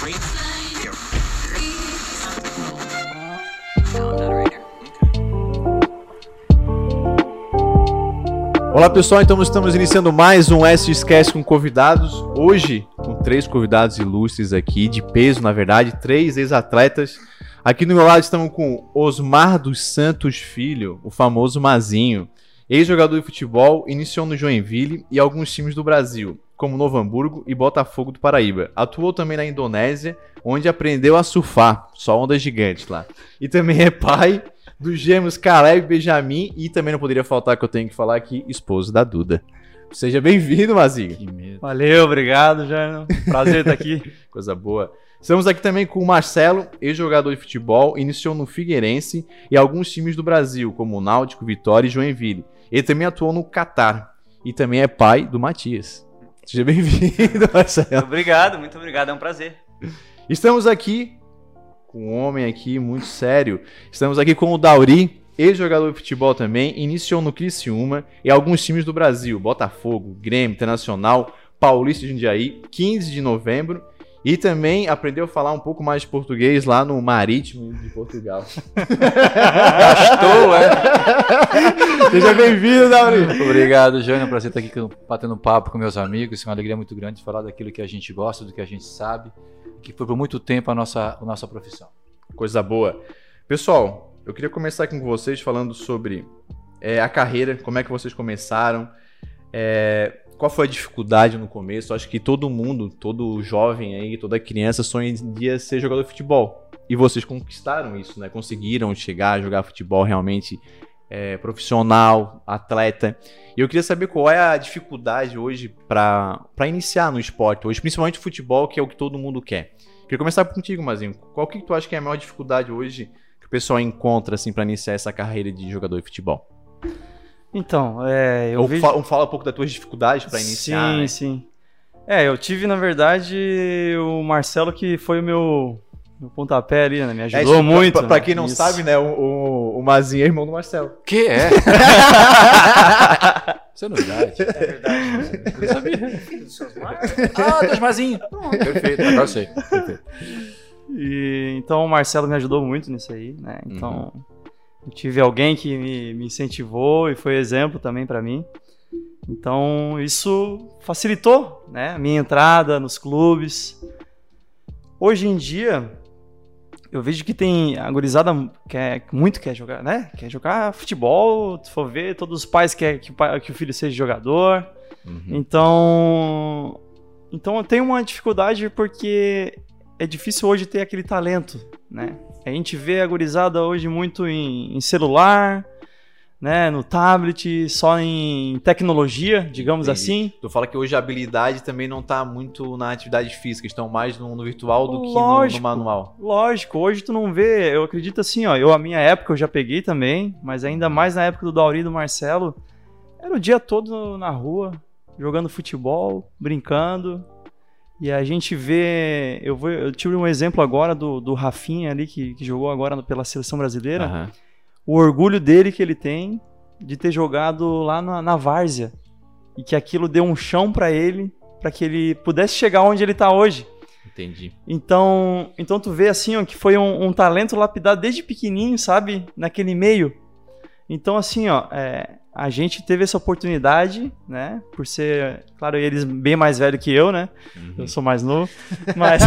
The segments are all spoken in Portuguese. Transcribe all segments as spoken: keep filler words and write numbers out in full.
Olá pessoal, então nós estamos iniciando mais um S Esquece com convidados. Hoje, com três convidados ilustres aqui, de peso na verdade, três ex-atletas. Aqui no meu lado estamos com Osmar dos Santos Filho, o famoso Mazinho. Ex-jogador de futebol, iniciou no Joinville e alguns times do Brasil, como Novo Hamburgo e Botafogo do Paraíba. Atuou também na Indonésia, onde aprendeu a surfar, só ondas gigantes lá. E também é pai dos gêmeos Caleb e Benjamin, e também não poderia faltar que eu tenho que falar aqui, esposo da Duda. Seja bem-vindo, Mazinho. Que medo. Valeu, obrigado, Jânio. Prazer estar aqui. Coisa boa. Estamos aqui também com o Marcelo, ex-jogador de futebol, iniciou no Figueirense e alguns times do Brasil, como o Náutico, Vitória e Joinville. Ele também atuou no Catar e também é pai do Matias. Seja bem-vindo, Marcelo. Obrigado, muito obrigado, é um prazer. Estamos aqui com um homem aqui muito sério. Estamos aqui com o Dauri, ex-jogador de futebol também, iniciou no Criciúma e alguns times do Brasil, Botafogo, Grêmio, Internacional, Paulista de Jundiaí, quinze de novembro, e também aprendeu a falar um pouco mais de português lá no Marítimo de Portugal. Gastou, é? Seja bem-vindo, Dauri. Obrigado, Jânio, é um prazer estar aqui batendo papo com meus amigos, é uma alegria muito grande falar daquilo que a gente gosta, do que a gente sabe, que foi por muito tempo a nossa, a nossa profissão. Coisa boa. Pessoal, eu queria começar aqui com vocês falando sobre é, a carreira, como é que vocês começaram, é, qual foi a dificuldade no começo. Eu acho que todo mundo, todo jovem aí, toda criança sonha em dia ser jogador de futebol. E vocês conquistaram isso, né? Conseguiram chegar a jogar futebol realmente é, profissional, atleta. E eu queria saber qual é a dificuldade hoje para iniciar no esporte, hoje, principalmente futebol, que é o que todo mundo quer. Queria começar contigo, Mazinho. Qual que tu acha que é a maior dificuldade hoje que o pessoal encontra assim, para iniciar essa carreira de jogador de futebol? Então, é, eu Ou vejo... fala, fala um pouco das tuas dificuldades para iniciar. Sim, né? sim. É, eu tive, na verdade, o Marcelo que foi o meu, meu pontapé ali, né? Me ajudou é, muito. Pra, pra né? quem não Isso. sabe, né, o, o, o Mazinho é irmão do Marcelo. Que é? Isso é novidade. É verdade. Eu não sabia. Ah, Deus Mazinho. Perfeito, agora eu sei. Perfeito. E, então, o Marcelo me ajudou muito nisso aí, né? Então, uhum. eu tive alguém que me, me incentivou e foi exemplo também para mim. Então, isso facilitou, né, a minha entrada nos clubes. Hoje em dia, eu vejo que tem a gurizada quer, muito quer jogar, né? Quer jogar futebol, se for ver, todos os pais querem que o, pai, que o filho seja jogador. Uhum. Então, então, eu tenho uma dificuldade porque é difícil hoje ter aquele talento, né? A gente vê a gurizada hoje muito em, em celular, né, no tablet, só em tecnologia, digamos Entendi. assim. Tu fala que hoje a habilidade também não tá muito na atividade física, estão mais no, no virtual do lógico, que no, no manual. Lógico, hoje tu não vê, eu acredito assim, ó, eu a minha época eu já peguei também, mas ainda mais na época do Dauri e do Marcelo, era o dia todo na rua, jogando futebol, brincando. E a gente vê, eu, vou, eu tive um exemplo agora do, do Rafinha ali, que, que jogou agora pela seleção brasileira. Uhum. O orgulho dele que ele tem de ter jogado lá na, na várzea. E que aquilo deu um chão pra ele, pra que ele pudesse chegar onde ele tá hoje. Entendi. Então, então tu vê assim, ó, que foi um, um talento lapidado desde pequenininho, sabe? Naquele meio. Então assim, ó, é, a gente teve essa oportunidade, né? Por ser, claro, eles bem mais velhos que eu, né? Uhum. Eu sou mais novo. Mas,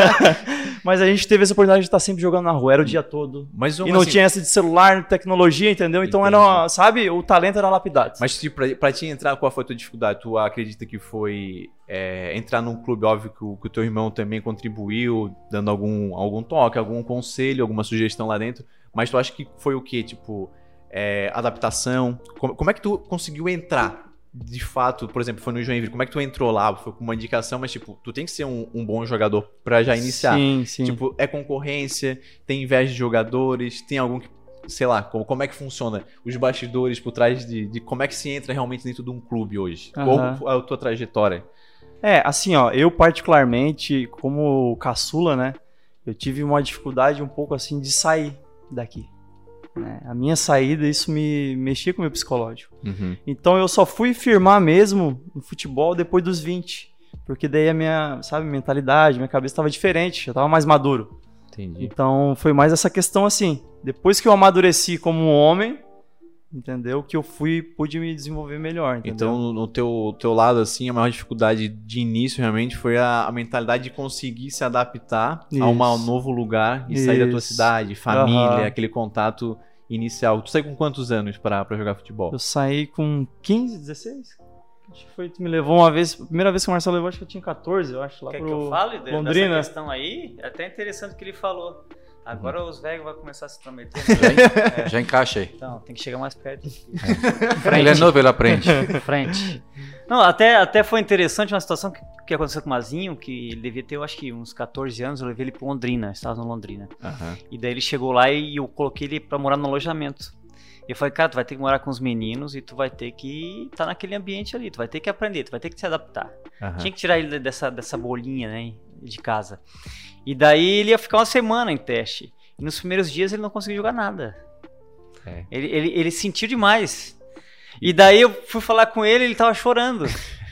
mas a gente teve essa oportunidade de estar sempre jogando na rua, era o dia todo. Mas, e não assim, tinha essa de celular, tecnologia, entendeu? Então entendi. Era, sabe, o talento era lapidado. Mas tipo, pra, pra ti entrar, qual foi a tua dificuldade? Tu acredita que foi é, entrar num clube, óbvio que o, que o teu irmão também contribuiu, dando algum, algum toque, algum conselho, alguma sugestão lá dentro, mas tu acha que foi o quê? Tipo... É, adaptação, como, como é que tu conseguiu entrar, de fato, por exemplo, foi no Joinville, como é que tu entrou lá, foi com uma indicação, mas tipo, tu tem que ser um, um bom jogador pra já iniciar, sim, sim. Tipo, é concorrência, tem inveja de jogadores, tem algum que, sei lá, como, como é que funciona os bastidores por trás de, de como é que se entra realmente dentro de um clube hoje, uhum. Qual a tua trajetória? É, assim, ó, eu particularmente, como caçula, né, eu tive uma dificuldade um pouco assim de sair daqui. Né? A minha saída, isso me mexia com o meu psicológico. Uhum. Então eu só fui firmar mesmo no futebol depois dos vinte. porque daí a minha, sabe, mentalidade, minha cabeça estava diferente, eu estava mais maduro. Entendi. Então foi mais essa questão assim, depois que eu amadureci como um homem, entendeu, que eu fui, pude me desenvolver melhor, entendeu? Então, no teu, teu lado, assim, a maior dificuldade de início realmente foi a, a mentalidade de conseguir se adaptar Isso. a um novo lugar e sair da tua Isso. cidade, família, Aham. aquele contato inicial. Tu saiu com quantos anos pra, pra jogar futebol? Eu saí com quinze, dezesseis? Acho que foi, tu me levou uma vez, a primeira vez que o Marcelo levou, acho que eu tinha quatorze, eu acho, lá Quer pro que eu fale de- Londrina. dessa questão aí? É até interessante o que ele falou. Agora Uhum. os velhos vão começar a se intrometer. Já, já encaixa aí. Então, tem que chegar mais perto. Ele é novo, ele aprende. Frente. Não, até, até foi interessante uma situação que, que aconteceu com o Mazinho, que ele devia ter, eu acho que uns quatorze anos, eu levei ele pro Londrina, estava no Londrina. Aham. E daí ele chegou lá e eu coloquei ele pra morar no alojamento. E eu falei, cara, tu vai ter que morar com os meninos e tu vai ter que estar naquele ambiente ali, tu vai ter que aprender, tu vai ter que se adaptar. Aham. Tinha que tirar ele dessa, dessa bolinha, né, de casa. E daí ele ia ficar uma semana em teste. E nos primeiros dias ele não conseguiu jogar nada. É. Ele, ele, ele sentiu demais. E daí eu fui falar com ele, ele tava chorando.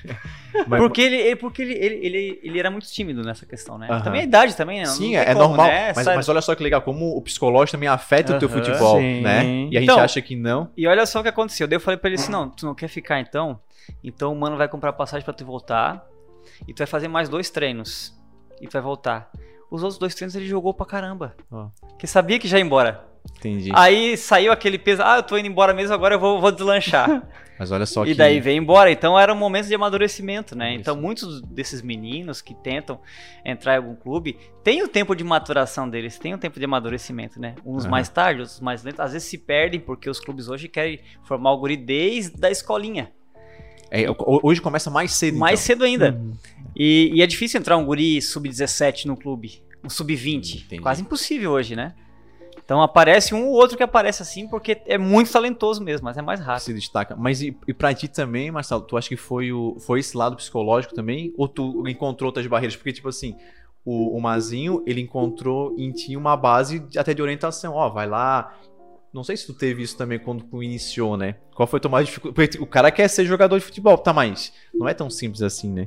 Mas- porque ele, ele- porque ele, ele, ele, ele era muito tímido nessa questão, né? Aham. Também a idade também, né? Não Sim, tem é, é como, normal, né? mas, Sabe? mas olha só que legal, como o psicológico também afeta o teu Aham. futebol, Sim. né? E a gente Então- acha que não. E olha só o que aconteceu. Daí eu falei pra ele assim, não, tu não quer ficar então? Então o mano vai comprar passagem pra tu voltar e tu vai fazer mais dois treinos e tu vai voltar. Os outros dois treinos ele jogou pra caramba. Ó. Porque sabia que já ia embora. Entendi. Aí saiu aquele peso, ah, eu tô indo embora mesmo, agora eu vou, vou deslanchar. Mas olha só E que... daí veio embora. Então era um momento de amadurecimento, né? Isso. Então muitos desses meninos que tentam entrar em algum clube têm o tempo de maturação deles, têm o tempo de amadurecimento, né? Uns Aham. mais tarde, outros mais lentos. Às vezes se perdem porque os clubes hoje querem formar o guri desde a escolinha. É, hoje começa mais cedo, Mais então. cedo ainda. Uhum. E, e é difícil entrar um guri sub dezessete no clube, um sub vinte. Entendi. Quase impossível hoje, né? Então aparece um ou outro que aparece assim porque é muito talentoso mesmo, mas é mais raro. Se destaca. Mas e, e pra ti também, Marcelo, tu acha que foi, o, foi esse lado psicológico também? Ou tu encontrou outras barreiras? Porque, tipo assim, o, o Mazinho, ele encontrou em ti uma base de- até de orientação. Ó, vai lá. Não sei se tu teve isso também quando tu iniciou, né? Qual foi a tua mais dificuldade? Porque o cara quer ser jogador de futebol, tá, mas não é tão simples assim, né?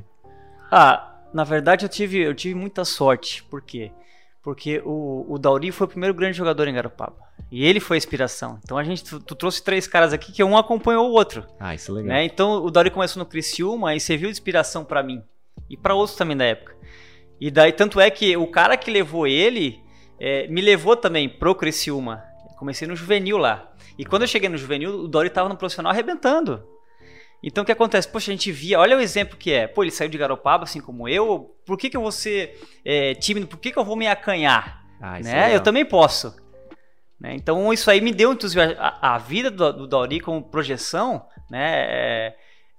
Ah, na verdade eu tive, eu tive muita sorte. Por quê? Porque o, o Dauri foi o primeiro grande jogador em Garopaba. E ele foi a inspiração. Então a gente, tu, tu trouxe três caras aqui que um acompanhou o outro. Ah, isso é legal. Né? Então o Dauri começou no Criciúma e serviu de inspiração pra mim. E pra outros também da época. E daí, tanto é que o cara que levou ele, é, me levou também pro Criciúma. Comecei no juvenil lá. E quando eu cheguei no juvenil, o Dauri tava no profissional arrebentando. Então o que acontece? Poxa, a gente via, olha o exemplo que é. Pô, ele saiu de Garopaba, assim como eu. Por que que eu vou ser é, tímido? Por que que eu vou me acanhar? Ah, isso é Né? legal. Eu também posso. Né? Então isso aí me deu entusiasmo. A, a vida do, do Dauri como projeção, né, é,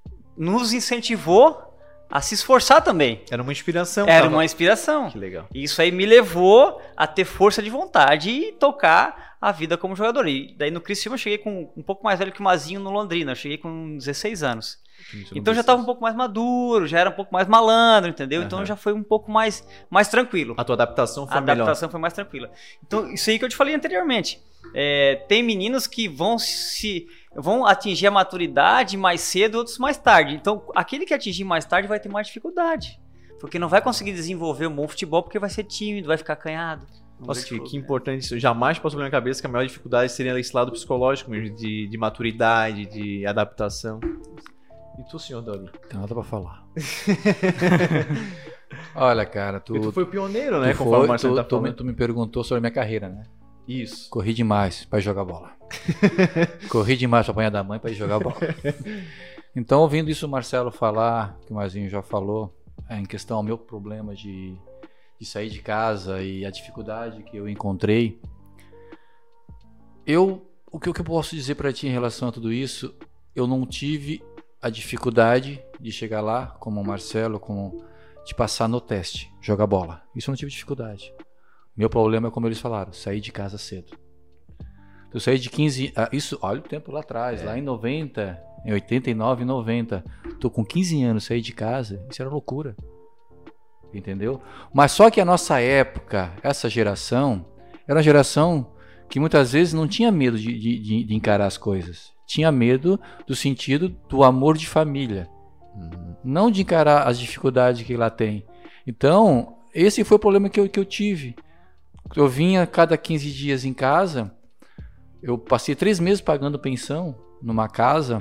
nos incentivou a se esforçar também. Era uma inspiração. Era tava- uma inspiração. Que legal. E isso aí me levou a ter força de vontade e tocar a vida como jogador. E daí no Criciúma eu cheguei com um pouco mais velho que o Mazinho no Londrina. Eu cheguei com dezesseis anos. Então já estava um pouco mais maduro, já era um pouco mais malandro, entendeu? Então Aham. já foi um pouco mais, mais tranquilo. A tua adaptação foi A melhor. adaptação foi mais tranquila. Então, isso aí que eu te falei anteriormente. É, tem meninos que vão se vão atingir a maturidade mais cedo, outros mais tarde. Então, aquele que atingir mais tarde vai ter mais dificuldade. Porque não vai conseguir desenvolver um bom futebol porque vai ser tímido, vai ficar acanhado. Não Nossa, vai que, ter- que importante isso. Eu jamais passou pela minha cabeça que a maior dificuldade seria esse lado psicológico mesmo, de, de maturidade, de adaptação. E tu, senhor Dauri? Tem nada pra falar. Olha, cara, tu, Porque tu foi o pioneiro, né? tu, Conforme o foi, Marcelo tu, tá tu, me, falando. tu me perguntou sobre a minha carreira, né? Isso. Corri demais pra jogar bola. Corri demais pra apanhar da mãe pra ir jogar bola. Então, ouvindo isso o Marcelo falar, que o Marzinho já falou, é, em questão ao meu problema de, de sair de casa e a dificuldade que eu encontrei, eu, o que, o que eu posso dizer pra ti em relação a tudo isso, eu não tive a dificuldade de chegar lá, como o Marcelo, como de passar no teste, jogar bola. Isso eu não tive dificuldade. Meu problema é como eles falaram, sair de casa cedo. Eu saí de quinze... Ah, isso, olha o tempo lá atrás, É. lá em noventa, em oitenta e nove, noventa. Tô com quinze anos, saí de casa, isso era loucura. Entendeu? Mas só que a nossa época, essa geração, era uma geração que muitas vezes não tinha medo de, de, de- de encarar as coisas. Tinha medo do sentido do amor de família. Uhum. Não de encarar as dificuldades que lá tem. Então, esse foi o problema que eu, que eu tive. Eu vinha cada quinze dias em casa, eu passei três meses pagando pensão numa casa,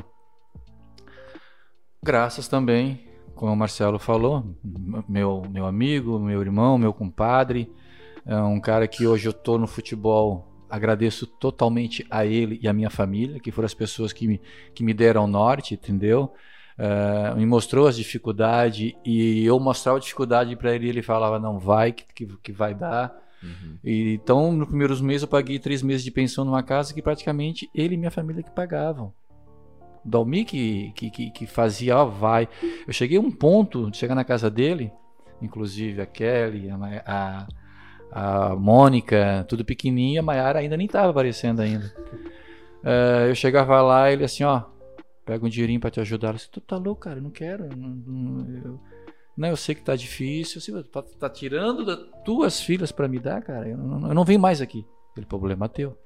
graças também, como o Marcelo falou, meu, meu amigo, meu irmão, meu compadre, é um cara que hoje eu estou no futebol. Agradeço totalmente a ele e a minha família, que foram as pessoas que me, que me deram o norte, entendeu? Uh, me mostrou as dificuldades e eu mostrava a dificuldade para ele e ele falava, não, vai, que, que, que vai dar. Uhum. E, então, nos primeiros meses eu paguei três meses de pensão numa casa que praticamente ele e minha família que pagavam. Dalmi que, que, que, que fazia, ó, vai. Eu cheguei a um ponto de chegar na casa dele, inclusive a Kelly, a... a a Mônica, tudo pequenininha, a Maiara ainda nem estava aparecendo ainda. Uh, eu chegava lá e ele assim, ó, pega um dinheirinho para te ajudar. Eu disse, tu tá louco, cara, eu não quero. Eu não, não, eu, não, eu sei que tá difícil. Eu disse, tá, tá tirando das tuas filhas para me dar, cara? Eu não, eu não venho mais aqui. Ele, problema teu.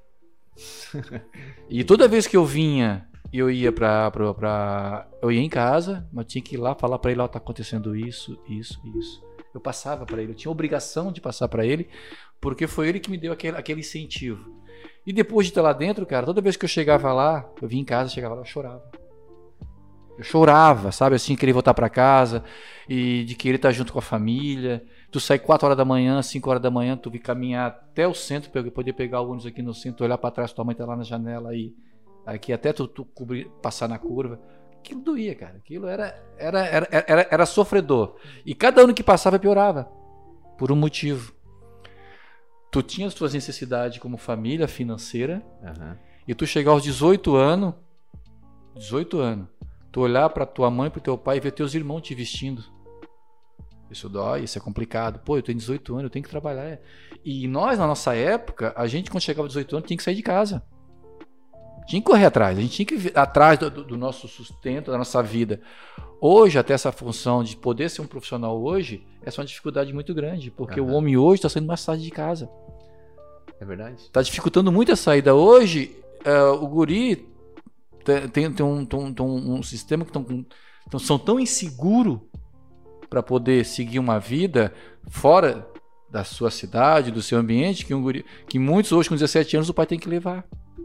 E toda vez que eu vinha, eu ia pra, pra, pra... Eu ia em casa, mas tinha que ir lá falar para ele, ó, tá acontecendo isso, isso, isso. Eu passava para ele, eu tinha obrigação de passar para ele, porque foi ele que me deu aquele, aquele incentivo. E depois de estar lá dentro, cara, toda vez que eu chegava lá, eu vinha em casa, chegava lá, eu chorava. Eu chorava, sabe, assim, queria voltar para casa e de querer estar junto com a família. Tu sai quatro horas da manhã, cinco horas da manhã, tu vir caminhar até o centro, para poder pegar o ônibus aqui no centro, olhar para trás, tua mãe tá lá na janela aí, aqui até tu, tu cobrir, passar na curva. Aquilo doía, cara. Aquilo era, era, era, era, era sofredor. E cada ano que passava piorava. Por um motivo. Tu tinha as tuas necessidades como família financeira. Uhum. E tu chegar aos dezoito anos. dezoito anos. Tu olhar pra tua mãe, pro teu pai e ver teus irmãos te vestindo. Isso dói, isso é complicado. Pô, eu tenho dezoito anos, eu tenho que trabalhar. E nós, na nossa época, a gente quando chegava aos dezoito anos tinha que sair de casa. Tinha que correr atrás, a gente tinha que ir atrás do, do, do nosso sustento, da nossa vida. Hoje, até essa função de poder ser um profissional hoje, essa é uma dificuldade muito grande, porque uhum. o homem hoje está saindo mais tarde de casa. É verdade. Está dificultando muito a saída. Hoje, uh, o guri tem, tem, tem, um, tem, tem um sistema que tão, tão, são tão inseguro para poder seguir uma vida fora da sua cidade, do seu ambiente, que, um guri, que muitos hoje com dezessete anos o pai tem que levar.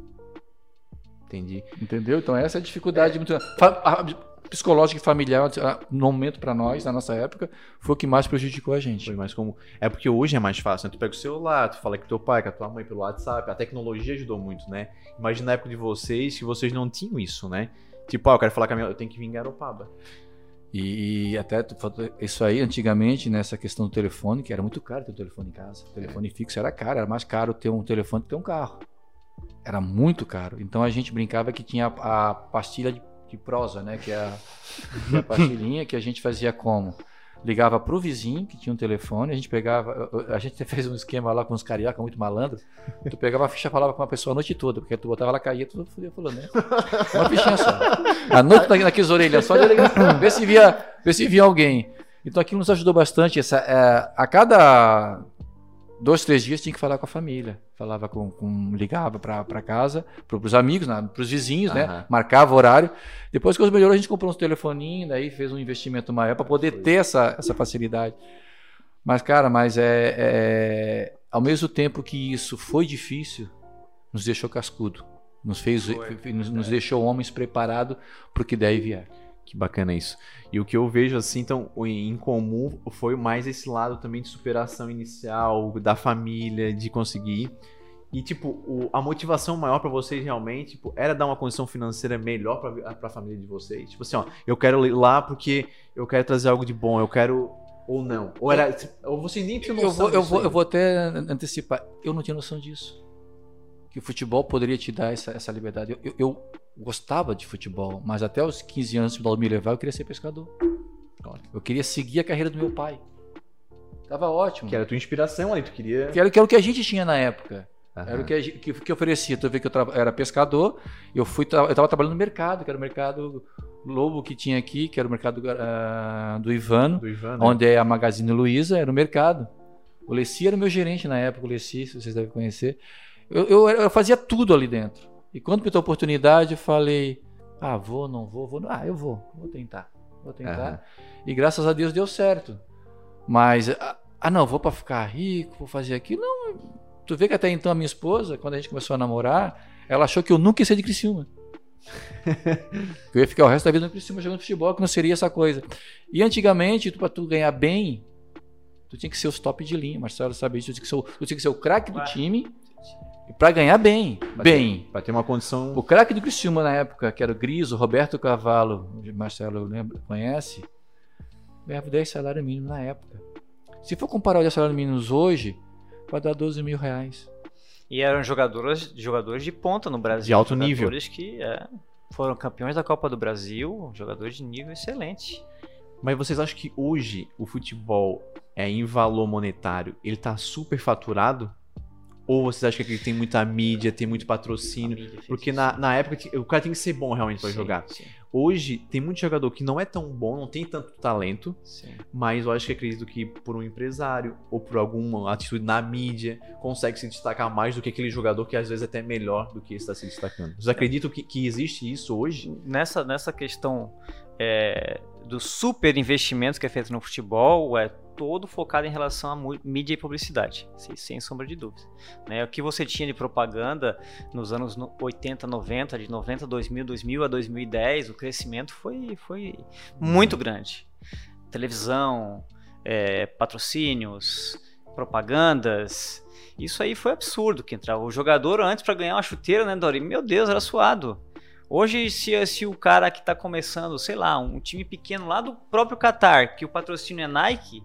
Entendi. Entendeu? Então essa é a dificuldade é. muito a, a, psicológica e familiar no momento para nós, na nossa época, foi o que mais prejudicou a gente. Foi mais como... É porque hoje é mais fácil, né? Tu pega o celular, tu fala com teu pai, com a tua mãe pelo WhatsApp, a tecnologia ajudou muito, né? Imagina na época de vocês que vocês não tinham isso, né? Tipo, ah, eu quero falar com a minha... Eu tenho que vir em Garopaba. E, e até tu falou isso aí antigamente, nessa questão do telefone, que era muito caro ter um telefone em casa. O telefone é. fixo era caro, era mais caro ter um telefone que ter um carro. Era muito caro. Então a gente brincava que tinha a, a pastilha de, de prosa, né? Que é a, que é a pastilhinha que a gente fazia como? Ligava pro vizinho que tinha um telefone, a gente pegava, a gente fez um esquema lá com uns cariocas muito malandros. Tu pegava a ficha e falava com uma pessoa a noite toda, porque tu botava ela caía, tu fodia fulano, né? Uma fichinha só. A noite naqueles orelhas só de ver se via, ver se via alguém. Então aquilo nos ajudou bastante. Essa, é, a cada dois, três dias tinha que falar com a família. Falava com, com ligava para casa, para os amigos, para os vizinhos, uhum. né? Marcava o horário. Depois que os melhorou, a gente comprou uns telefoninhos, daí fez um investimento maior para poder Foi. ter essa, essa facilidade. Mas, cara, mas é, é ao mesmo tempo que isso foi difícil, nos deixou cascudo. Nos fez, Foi. nos, nos deixou homens preparados para o que daí vier. Que bacana isso. E o que eu vejo assim, então, em comum foi mais esse lado também de superação inicial, da família, de conseguir. E, tipo, o, a motivação maior pra vocês realmente, tipo, era dar uma condição financeira melhor pra, pra família de vocês. Tipo assim, ó, eu quero ir lá porque eu quero trazer algo de bom, eu quero... Ou não. Ou era... Ou vocês nem tinham noção eu vou, eu vou, eu vou até antecipar. Eu não tinha noção disso. Que o futebol poderia te dar essa, essa liberdade. Eu, eu, eu gostava de futebol, mas até os quinze anos que me levar, eu queria ser pescador. Eu queria seguir a carreira do meu pai. Tava ótimo. Que era a tua inspiração ali, tu queria... Que era, que era o que a gente tinha na época. Uhum. Era o que, a, que, que oferecia. Tu vê que eu tra... era pescador, eu fui eu tava trabalhando no mercado, que era o mercado Lobo que tinha aqui, que era o mercado uh, do Ivano, do Ivano, onde é a Magazine Luiza, era o mercado. O Leci era o meu gerente na época, o Leci, se vocês devem conhecer. Eu, eu, eu fazia tudo ali dentro. E quando pintou a oportunidade, eu falei, ah, vou, não vou, vou. Ah, eu vou, vou tentar. vou tentar. Uhum. E graças a Deus deu certo. Mas, ah não, vou para ficar rico, vou fazer aquilo. Não, tu vê que até então a minha esposa, quando a gente começou a namorar, ela achou que eu nunca ia ser de Criciúma. Eu ia ficar o resto da vida no Criciúma jogando futebol, que não seria essa coisa. E antigamente, tu, para tu ganhar bem, tu tinha que ser os top de linha, Marcelo sabe isso, tu tinha que ser o, tu tinha que ser o craque do time para ganhar bem, pra bem. Para ter uma condição... O craque do Criciúma na época, que era o Griso, Roberto Cavalo, Marcelo lembra, conhece, ganhava dez salários mínimos na época. Se for comparar os salários mínimos hoje, vai dar doze mil reais. E eram jogadores, jogadores de ponta no Brasil. De alto nível. Jogadores que é, foram campeões da Copa do Brasil, jogadores de nível excelente. Mas vocês acham que hoje o futebol, é, em valor monetário, ele tá super faturado? Ou vocês acham que ele tem muita mídia, tem muito patrocínio? Porque na, na época o cara tem que ser bom realmente para jogar. Sim. Hoje tem muito jogador que não é tão bom, não tem tanto talento, sim. Mas eu acho que acredito que por um empresário ou por alguma atitude na mídia consegue se destacar mais do que aquele jogador que às vezes é até melhor do que está se destacando. Vocês acreditam que, que existe isso hoje? Nessa, nessa questão é, do super investimento que é feito no futebol, é todo focado em relação à mídia e publicidade, sem, sem sombra de dúvida. Né? O que você tinha de propaganda nos anos oitenta, noventa, de noventa, dois mil, dois mil a dois mil e dez, o crescimento foi, foi muito grande. Televisão, é, patrocínios, propagandas, isso aí foi absurdo que entrava. O jogador antes para ganhar uma chuteira, né, Dori? Meu Deus, era suado. Hoje, se, se o cara que está começando, sei lá, um time pequeno lá do próprio Qatar, que o patrocínio é Nike,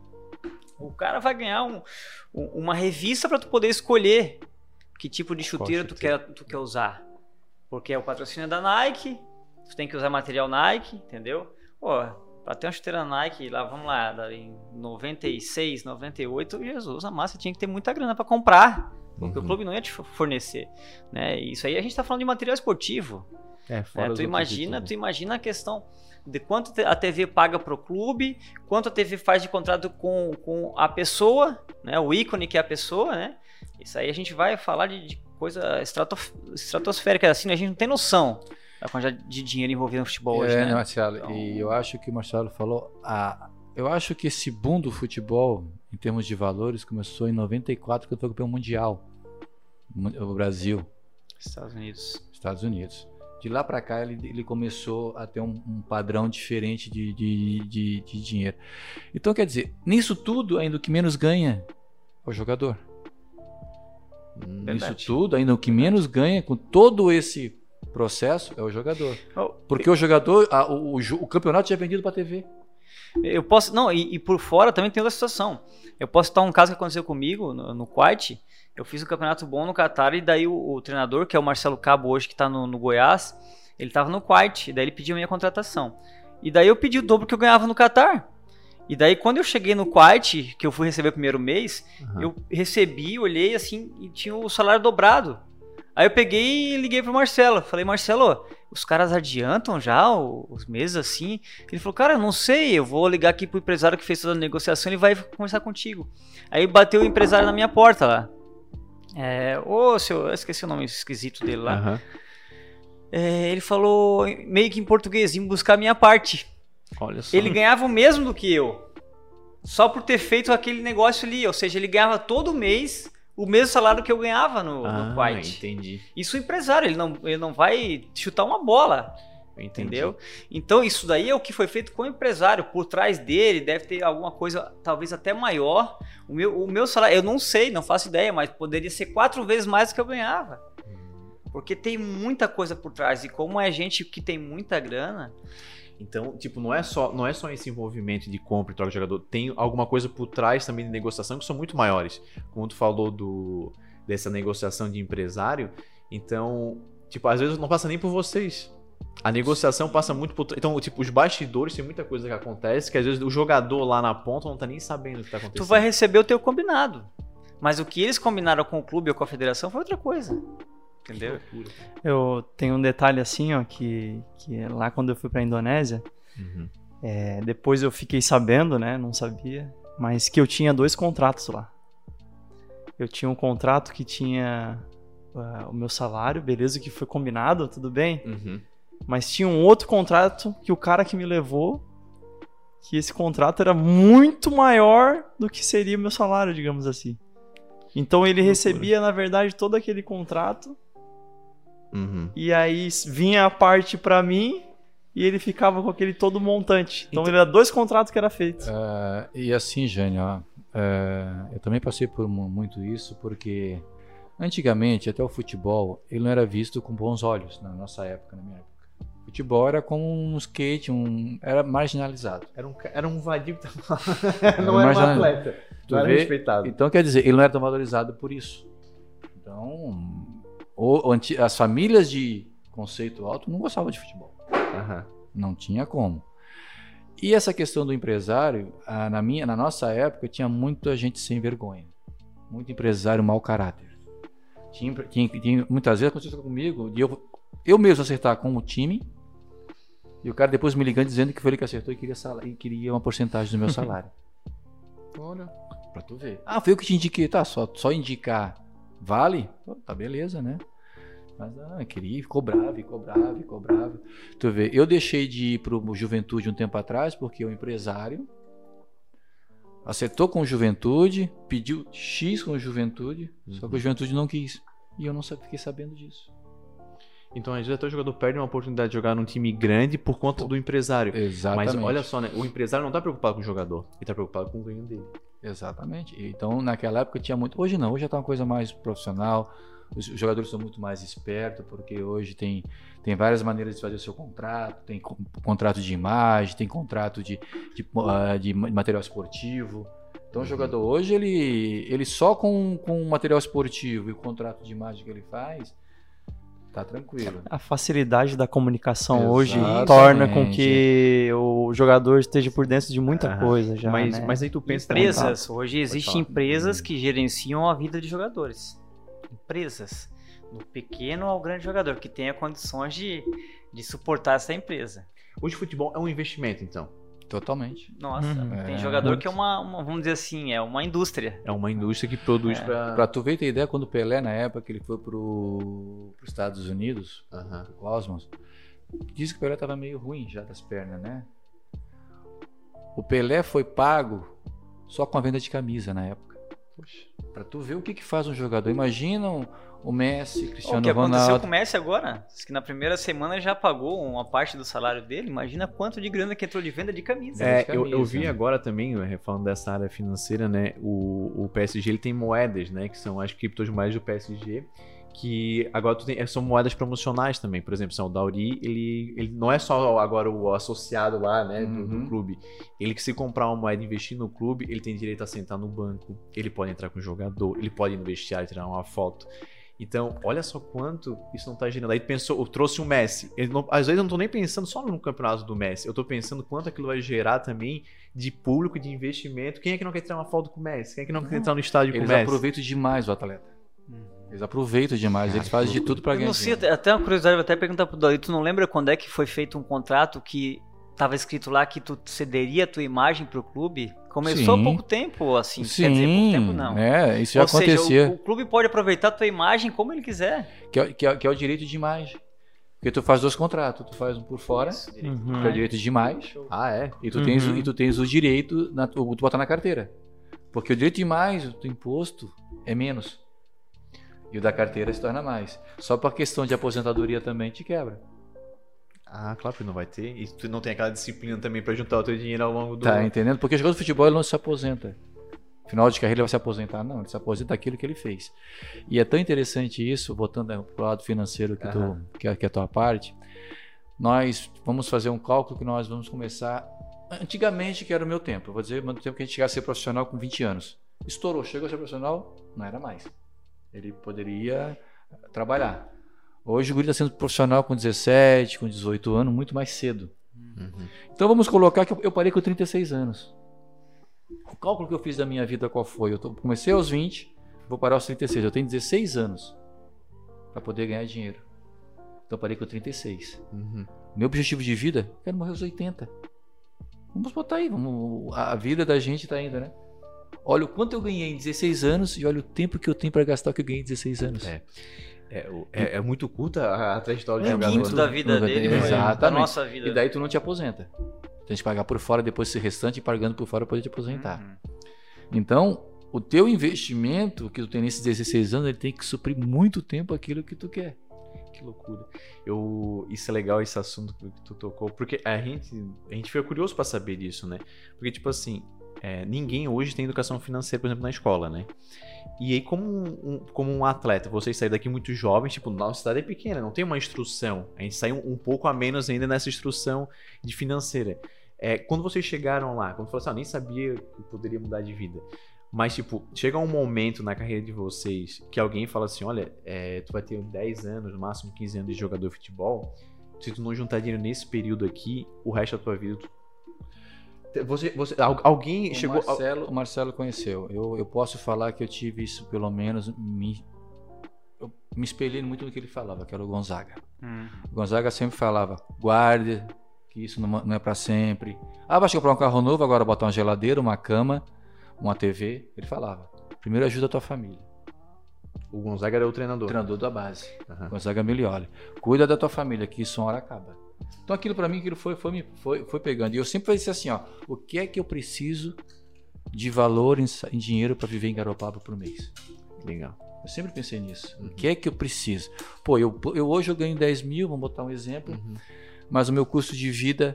o cara vai ganhar um, um, uma revista para tu poder escolher que tipo de chuteira tu quer, tu quer usar. Porque o patrocínio é da Nike, tu tem que usar material Nike, entendeu? Pô, para ter uma chuteira Nike, lá vamos lá, em noventa e seis, noventa e oito, Jesus, a massa tinha que ter muita grana para comprar, porque uhum. o clube não ia te fornecer. Né? Isso aí a gente está falando de material esportivo. É, fora né? Tu imagina, itens, né? Tu imagina a questão de quanto a T V paga pro clube, quanto a T V faz de contrato com, com a pessoa, né? O ícone que é a pessoa, né? Isso aí a gente vai falar de, de coisa estratof, estratosférica, assim, a gente não tem noção da quantidade de dinheiro envolvido no futebol é, hoje, né? Marcelo, então... e eu acho que o Marcelo falou, a, eu acho que esse boom do futebol, em termos de valores, começou em noventa e quatro, que foi o campeão mundial, o Brasil. Estados Unidos. Estados Unidos. De lá para cá ele, ele começou a ter um, um padrão diferente de, de, de, de dinheiro. Então quer dizer, nisso tudo ainda o que menos ganha é o jogador. Hum, nisso tudo ainda o que menos ganha com todo esse processo é o jogador. Porque o jogador, a, o, o, o campeonato já é vendido para T V. Eu posso, não, e, e por fora também tem outra situação. Eu posso citar um caso que aconteceu comigo no, no Quite. Eu fiz um campeonato bom no Qatar e daí o, o treinador, que é o Marcelo Cabo hoje, que está no, no Goiás, ele estava no Quite, e daí ele pediu a minha contratação. E daí eu pedi o dobro que eu ganhava no Qatar. E daí quando eu cheguei no Quite, que eu fui receber o primeiro mês, uhum. eu recebi, olhei assim, e tinha o salário dobrado. Aí eu peguei e liguei pro Marcelo. Falei, Marcelo, os caras adiantam já os meses assim? Ele falou, cara, eu não sei, eu vou ligar aqui pro empresário que fez toda a negociação, ele vai conversar contigo. Aí bateu o empresário na minha porta lá. É, ô, seu, eu esqueci o nome esquisito dele lá. Uhum. É, ele falou meio que em português, em buscar a minha parte. Olha só. Ele ganhava o mesmo do que eu, só por ter feito aquele negócio ali. Ou seja, ele ganhava todo mês o mesmo salário que eu ganhava no, ah, no Quite. Entendi. Isso o empresário, ele não, ele não vai chutar uma bola. Entendeu? Então isso daí é o que foi feito com o empresário. Por trás dele deve ter alguma coisa talvez até maior. O meu, o meu salário, eu não sei, não faço ideia, mas poderia ser quatro vezes mais do que eu ganhava. Porque tem muita coisa por trás. E como é gente que tem muita grana... Então, tipo, não é só, não é só esse envolvimento de compra e troca de jogador. Tem alguma coisa por trás também de negociação que são muito maiores. Como tu falou do, dessa negociação de empresário. Então, tipo, às vezes não passa nem por vocês. A negociação passa muito por... Então, tipo, os bastidores tem muita coisa que acontece que às vezes o jogador lá na ponta não tá nem sabendo o que tá acontecendo. Tu vai receber o teu combinado. Mas o que eles combinaram com o clube ou com a federação foi outra coisa. Entendeu? Eu tenho um detalhe assim, ó, que, que lá quando eu fui pra Indonésia, uhum. é, depois eu fiquei sabendo, né, não sabia, mas que eu tinha dois contratos lá. Eu tinha um contrato que tinha uh, o meu salário, beleza, que foi combinado, tudo bem, uhum. mas tinha um outro contrato que o cara que me levou que esse contrato era muito maior do que seria o meu salário, digamos assim. Então ele recebia, na verdade, todo aquele contrato. Uhum. E aí vinha a parte pra mim e ele ficava com aquele todo montante. Então, então... ele era dois contratos que era feito. Uh, e assim, Jânio, ó, uh, eu também passei por muito isso, porque antigamente, até o futebol, ele não era visto com bons olhos na nossa época, na minha época. O futebol era como um skate, um, era marginalizado. Era um, era um vadio que tava... não era, era um atleta, tu não era vê? respeitado. Então, quer dizer, ele não era tão valorizado por isso. Então, o, as famílias de conceito alto não gostavam de futebol. Uhum. Não tinha como. E essa questão do empresário, na, minha, na nossa época, tinha muita gente sem vergonha. Muito empresário mau caráter. Tinha, tinha, tinha, muitas vezes aconteceu comigo de eu, eu mesmo acertar com o time e o cara depois me ligando dizendo que foi ele que acertou e queria, salário, e queria uma porcentagem do meu salário. Olha, pra tu ver. Ah, foi eu que te indiquei. Tá, só, só indicar vale? Pô, tá beleza, né? Mas ah, queria, ficou bravo, ficou bravo, ficou bravo. Tu vê, eu deixei de ir pro Juventude um tempo atrás porque o empresário acertou com o Juventude, pediu X com o Juventude, uhum. Só que o Juventude não quis. E eu não fiquei sabendo disso. Então, às vezes até o jogador perde uma oportunidade de jogar num time grande por conta do empresário. Exatamente. Mas olha só, né? O empresário não está preocupado com o jogador, ele está preocupado com o ganho dele. Exatamente. Então, naquela época tinha muito... Hoje não, hoje já está uma coisa mais profissional. Os jogadores são muito mais espertos, porque hoje tem, tem várias maneiras de fazer o seu contrato. Tem contrato de imagem, tem contrato de, de, uh, de material esportivo. Então, uhum. O jogador hoje, ele, ele só com, com o material esportivo e o contrato de imagem que ele faz, tá tranquilo. A facilidade da comunicação Exatamente. Hoje torna com que o jogador esteja por dentro de muita uhum. coisa já, mas, né? mas aí tu pensa... Empresas, também, hoje existem empresas que gerenciam a vida de jogadores. Empresas, do pequeno ao grande jogador, que tenha condições de, de suportar essa empresa. Hoje o futebol é um investimento, então? Totalmente. Nossa, uhum. tem é, jogador muito. que é uma, uma, vamos dizer assim, é uma indústria. É uma indústria que produz é. pra... Pra tu ver ter ideia, quando o Pelé, na época, ele foi pro, pros Estados Unidos, uhum. pro Cosmos, disse que o Pelé tava meio ruim já das pernas, né? O Pelé foi pago só com a venda de camisa na época. Poxa, pra tu ver o que que faz um jogador. Imagina o Messi, Cristiano Ronaldo. O que aconteceu Ronaldo. com o Messi agora? Diz que na primeira semana já pagou uma parte do salário dele. Imagina quanto de grana que entrou de venda de camisa. É, de camisa. Eu, eu vi agora também, falando dessa área financeira, né? O, o P S G ele tem moedas, né? Que são as criptomoedas do P S G. Que agora tu tem, são moedas promocionais também. Por exemplo, o Dauri, ele, ele não é só agora o associado lá, né, do, uhum. do clube. Ele que se comprar uma moeda e investir no clube, ele tem direito a sentar no banco, ele pode entrar com o jogador, ele pode ir no vestiário e tirar uma foto. Então, olha só quanto isso não tá gerando. Aí pensou, eu trouxe o Messi. Ele não, às vezes eu não tô nem pensando só no campeonato do Messi, eu tô pensando quanto aquilo vai gerar também de público, de investimento. Quem é que não quer tirar uma foto com o Messi? Quem é que não, não. quer entrar no estádio com o Messi? Eles aproveitam demais o atleta. Hum. Eles aproveitam demais, eles fazem de tudo pra ganhar. Eu não sei, até uma curiosidade, vou até perguntar pro Dauri, tu não lembra quando é que foi feito um contrato que tava escrito lá que tu cederia a tua imagem pro clube? Começou Sim. há pouco tempo, assim, Sim, quer dizer, pouco tempo não. É, isso já Ou acontecia. Seja, o, o clube pode aproveitar a tua imagem como ele quiser. Que é, que, é, que é o direito de imagem. Porque tu faz dois contratos, tu faz um por fora, Isso, uhum. que é o direito de imagem. Ah, é? E tu, uhum. tens, e tu tens o direito, na, tu botar na carteira. Porque o direito de imagem do imposto é menos. E o da carteira se torna mais. Só para questão de aposentadoria também te quebra. Ah, claro que não vai ter. E tu não tem aquela disciplina também para juntar o teu dinheiro ao longo do... Tá entendendo? Porque o jogador de futebol ele não se aposenta. Final de carreira ele vai se aposentar. Não, ele se aposenta daquilo que ele fez. E é tão interessante isso, voltando para o lado financeiro que, tu, que, é, que é a tua parte, nós vamos fazer um cálculo que nós vamos começar... Antigamente, que era o meu tempo. Eu vou dizer, no tempo que a gente chegasse a ser profissional com vinte anos. Estourou, chegou a ser profissional, não era mais. Ele poderia trabalhar. Hoje o guri está sendo profissional com dezessete, com dezoito anos, muito mais cedo. Uhum. Então vamos colocar que eu parei com trinta e seis anos. O cálculo que eu fiz da minha vida qual foi? Eu tô, comecei aos vinte, vou parar aos trinta e seis. Eu tenho dezesseis anos para poder ganhar dinheiro. Então eu parei com trinta e seis. Uhum. Meu objetivo de vida, eu quero morrer aos oitenta. Vamos botar aí, vamos, a vida da gente está indo, né? Olha o quanto eu ganhei em dezesseis anos e olha o tempo que eu tenho para gastar o que eu ganhei em dezesseis anos. É, é, é, é muito curta a, a trajetória de é jogador. muito da vida dele, exatamente. da nossa vida. E daí tu não te aposenta. Tem que pagar por fora, depois esse restante pagando por fora poder te aposentar. Uhum. Então, o teu investimento que tu tem nesses dezesseis anos, ele tem que suprir muito tempo aquilo que tu quer. Que loucura. Eu, isso é legal, esse assunto que tu tocou, porque a gente, a gente fica curioso pra saber disso, né? Porque, tipo assim, é, ninguém hoje tem educação financeira, por exemplo, na escola, né? E aí, como um, um, como um atleta, vocês saíram daqui muito jovens, tipo, nossa cidade é pequena, não tem uma instrução. A gente sai um, um pouco a menos ainda nessa instrução de financeira. É, quando vocês chegaram lá, quando falaram assim, ah, nem sabia que poderia mudar de vida. Mas, tipo, chega um momento na carreira de vocês que alguém fala assim, olha, é, tu vai ter dez anos, no máximo quinze anos de jogador de futebol, se tu não juntar dinheiro nesse período aqui, o resto da tua vida... Tu... Você, você, alguém o chegou... Marcelo, o Marcelo conheceu. Eu, eu posso falar que eu tive isso, pelo menos, me, eu me espelhei muito no que ele falava, que era o Gonzaga. Hum. O Gonzaga sempre falava, guarde, que isso não, não é pra sempre. Ah, vai comprar um carro novo, agora botar uma geladeira, uma cama... uma T V, ele falava, primeiro ajuda a tua família. O Gonzaga era o treinador. O treinador da base. Uhum. Gonzaga Milioli. Cuida da tua família, que isso uma hora acaba. Então aquilo pra mim, aquilo foi, foi, foi, foi pegando. E eu sempre disse assim, ó, o que é que eu preciso de valor em, em dinheiro pra viver em Garopaba por mês? Legal. Eu sempre pensei nisso. Uhum. O que é que eu preciso? Pô, eu, eu hoje eu ganho dez mil, vamos botar um exemplo, Uhum. mas o meu custo de vida...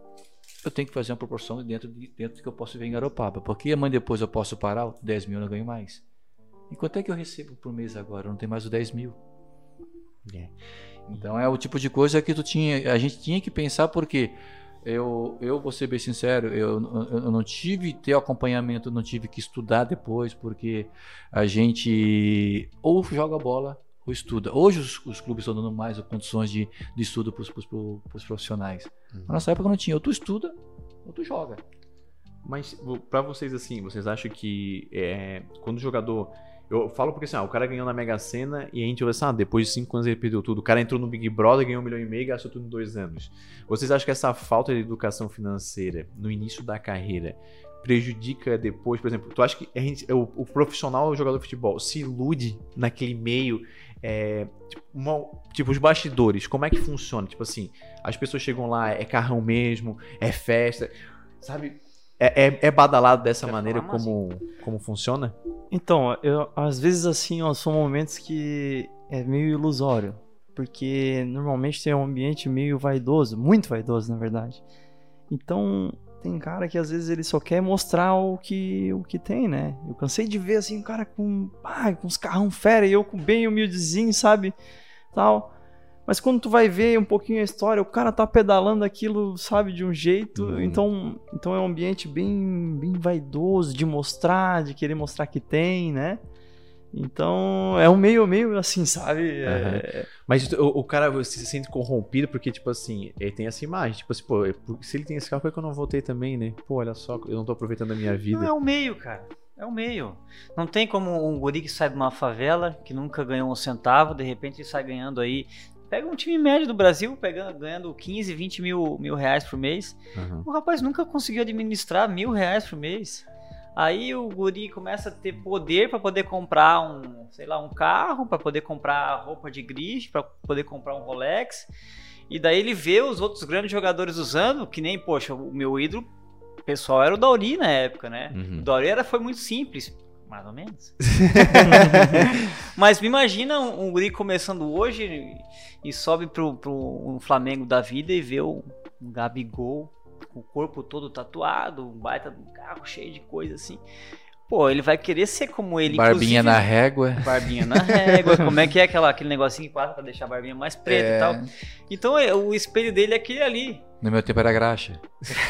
eu tenho que fazer uma proporção dentro, de, dentro do que eu posso ver em Garopaba. Porque amanhã depois eu posso parar, dez mil eu não ganho mais. E quanto é que eu recebo por mês agora? Eu não tenho mais os dez mil. Yeah. Então é o tipo de coisa que tu tinha, a gente tinha que pensar, porque eu, eu vou ser bem sincero, eu, eu, eu não tive ter acompanhamento, não tive que estudar depois, porque a gente ou joga bola ou estuda. Hoje os, os clubes estão dando mais condições de, de estudo para os profissionais. Uhum. Na nossa época não tinha, ou tu estuda ou tu joga. Mas pra vocês assim, vocês acham que é, quando o jogador... Eu falo porque assim, ah, o cara ganhou na Mega Sena e a gente olha assim, ah, depois de cinco anos ele perdeu tudo. O cara entrou no Big Brother, ganhou um milhão e meio e gastou tudo em dois anos. Vocês acham que essa falta de educação financeira no início da carreira prejudica depois, por exemplo, tu acha que a gente, o, o profissional o jogador de futebol se ilude naquele meio, é, tipo, uma, tipo, os bastidores, como é que funciona? Tipo assim, as pessoas chegam lá, é carrão mesmo, é festa, sabe? É, é, é badalado dessa Quer maneira falar, como, como funciona? Então, eu, às vezes assim, ó, são momentos que é meio ilusório, porque normalmente tem um ambiente meio vaidoso, muito vaidoso na verdade. Então, tem cara que às vezes ele só quer mostrar o que, o que tem, né? Eu cansei de ver assim, um cara com, ah, com uns carrão fera e eu com bem humildezinho, sabe? Tal. Mas quando tu vai ver um pouquinho a história, o cara tá pedalando aquilo, sabe, de um jeito. Uhum. Então, então é um ambiente bem, bem vaidoso de mostrar, de querer mostrar que tem, né? Então, é um meio, meio assim, sabe? Uhum. É... Mas o, o cara se sente corrompido porque, tipo assim, ele tem essa imagem. Tipo assim, pô, se ele tem esse carro, por que eu não voltei também, né? Pô, olha só, eu não tô aproveitando a minha vida. Não, é o meio, cara. É o meio. Não tem como um guri que sai de uma favela, que nunca ganhou um centavo, de repente ele sai ganhando aí. Pega um time médio do Brasil, pegando, ganhando quinze, vinte mil, mil reais por mês. Uhum. O rapaz nunca conseguiu administrar mil reais por mês. Aí o guri começa a ter poder para poder comprar um, sei lá, um carro, para poder comprar roupa de grife, para poder comprar um Rolex. E daí ele vê os outros grandes jogadores usando, que nem, poxa, o meu ídolo pessoal era o Dauri na época, né? Uhum. O Dauri era, foi muito simples. Mais ou menos. Mas me imagina um, um guri começando hoje e, e sobe pro, pro um Flamengo da vida e vê um, um Gabigol com o corpo todo tatuado, um baita de um carro cheio de coisa assim. Pô, ele vai querer ser como ele. Barbinha na régua. Barbinha na régua. Como é que é aquela, aquele negocinho que passa pra deixar a barbinha mais preta É. e tal. Então é, o espelho dele é aquele ali. No meu tempo era graxa.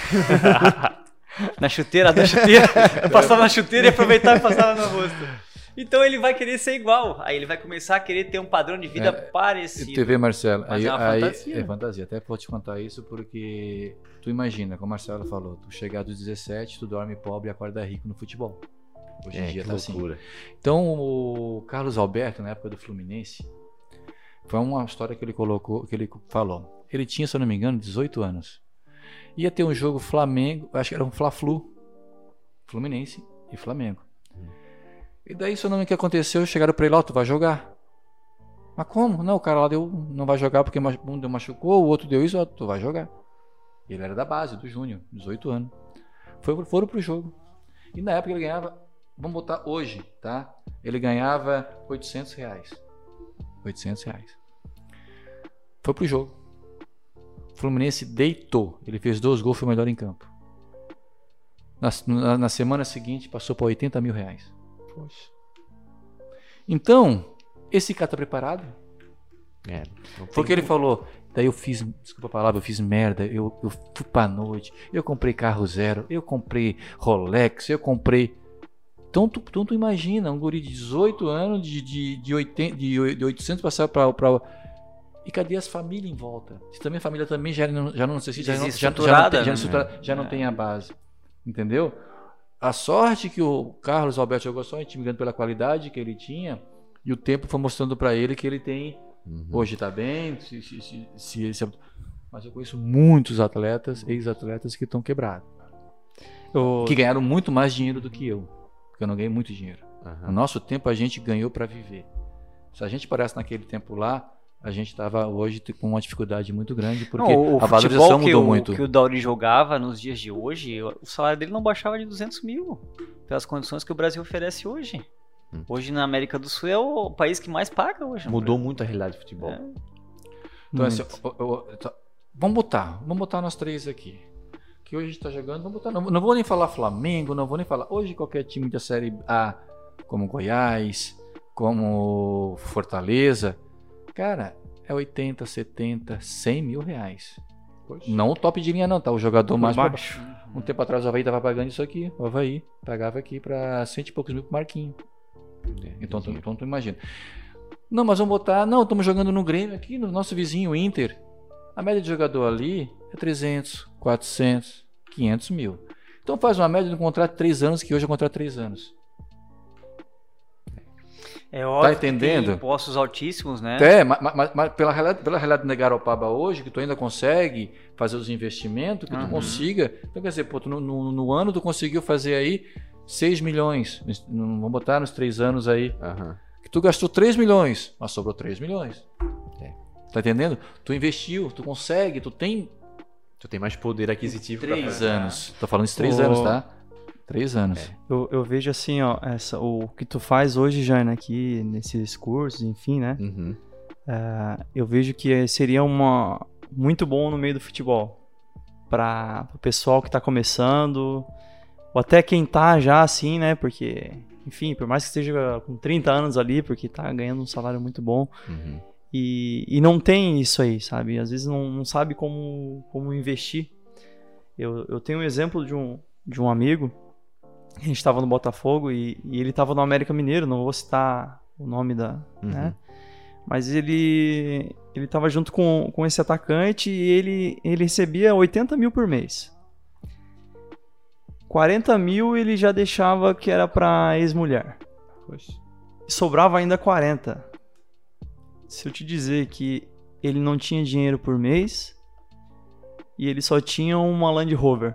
Na chuteira, na chuteira. Eu passava na chuteira e aproveitava e passava no rosto. Então ele vai querer ser igual. Aí ele vai começar a querer ter um padrão de vida É, parecido. Tu vê, Marcelo, Mas aí, é uma aí- fantasia, é né? fantasia. Até vou te contar isso porque tu imagina, como o Marcelo falou, tu chegar dos dezessete, tu dorme pobre e acorda rico no futebol. Hoje em É, dia que tá assim. loucura. Então o Carlos Alberto, na época do Fluminense, foi uma história que ele colocou, que ele falou. Ele tinha, se eu não me engano, dezoito anos. Ia ter um jogo Flamengo, acho que era um Fla-Flu, Fluminense e Flamengo. E daí, se eu não me engano, o que aconteceu, chegaram pra ele, ó, tu vai jogar. Mas como? Não, o cara lá deu, não vai jogar porque um deu machucou, o outro deu isso, ó, tu vai jogar. Ele era da base, do Júnior, dezoito anos. Foi, foram pro jogo. E na época ele ganhava, vamos botar hoje, tá? Ele ganhava oitocentos reais. oitocentos reais. Foi pro jogo. O Fluminense deitou. Ele fez dois gols, foi o melhor em campo. Na, na, na semana seguinte, passou para oitenta mil reais. Poxa. Então, esse cara tá preparado? É, Foi o que ele falou. Daí eu fiz, desculpa a palavra, eu fiz merda. Eu, eu fui pra noite. Eu comprei carro zero. Eu comprei Rolex. Eu comprei. Então tu, então, tu imagina, um guri de dezoito anos, de, de, de, oitenta, de oitocentos passar pra, pra. E cadê as famílias em volta? Se também a família também já não, já não necessita, já não, já, já não, tem, já, né? já não é. tem a base. Entendeu? A sorte que o Carlos Alberto jogou só intimidando pela qualidade que ele tinha, e o tempo foi mostrando para ele que ele tem. Uhum. Hoje está bem, se, se, se, se, se, mas eu conheço muitos atletas, ex-atletas que estão quebrados. Eu... Que ganharam muito mais dinheiro do que eu. Porque eu não ganhei muito dinheiro. Uhum. No nosso tempo a gente ganhou para viver. Se a gente parece naquele tempo lá, a gente estava hoje com uma dificuldade muito grande, porque não, a valorização mudou o, muito. O que o Dauri jogava nos dias de hoje, o salário dele não baixava de duzentos mil, pelas condições que o Brasil oferece hoje. Hum. Hoje na América do Sul é o país que mais paga hoje. Mudou muito a realidade do futebol. É. Então, assim, eu, eu, eu, vamos botar, vamos botar nós três aqui. Que hoje a gente está jogando, vamos botar, não, não vou nem falar Flamengo, não vou nem falar. Hoje qualquer time da Série A, como Goiás, como Fortaleza, cara, é oitenta, setenta, cem mil reais. Poxa. Não o top de linha não, tá? O jogador mais baixo. Um tempo atrás o Avaí tava pagando isso aqui. O Avaí pagava aqui para cento e poucos mil pro Marquinho. É, então, tu, então tu imagina. Não, mas vamos botar... Não, estamos jogando no Grêmio aqui, no nosso vizinho, o Inter. A média de jogador ali é trezentos, quatrocentos, quinhentos mil. Então faz uma média de um contrato de três anos, que hoje é um contrato de três anos. É óbvio, tá entendendo? Que tem impostos altíssimos, né? É, mas, mas, mas pela realidade, pela realidade de Garopaba hoje, que tu ainda consegue fazer os investimentos, que uhum. tu consiga... Então quer dizer, pô, tu, no, no, no ano tu conseguiu fazer aí seis milhões. Vamos botar nos três anos aí. Uhum. Que tu gastou três milhões, mas sobrou três milhões. É. Tá entendendo? Tu investiu, tu consegue, tu tem... Tu tem mais poder aquisitivo. Três anos. Tô falando de três oh. anos, tá? Três anos. É. Eu, eu vejo assim, ó, essa, o que tu faz hoje, Jana, aqui nesses cursos, enfim, né? Uhum. Uh, eu vejo que seria uma, muito bom no meio do futebol. Para o pessoal que tá começando, ou até quem tá já assim, né? Porque, enfim, por mais que esteja com trinta anos ali, porque tá ganhando um salário muito bom. Uhum. E, e não tem isso aí, sabe? Às vezes não, não sabe como, como investir. Eu, eu tenho um exemplo de um, de um amigo. A gente estava no Botafogo e, e ele estava no América Mineiro, não vou citar o nome da... Uhum. Né? Mas ele ele estava junto com, com esse atacante e ele, ele recebia oitenta mil por mês. quarenta mil ele já deixava que era para ex-mulher. E sobrava ainda quarenta. Se eu te dizer que ele não tinha dinheiro por mês e ele só tinha uma Land Rover.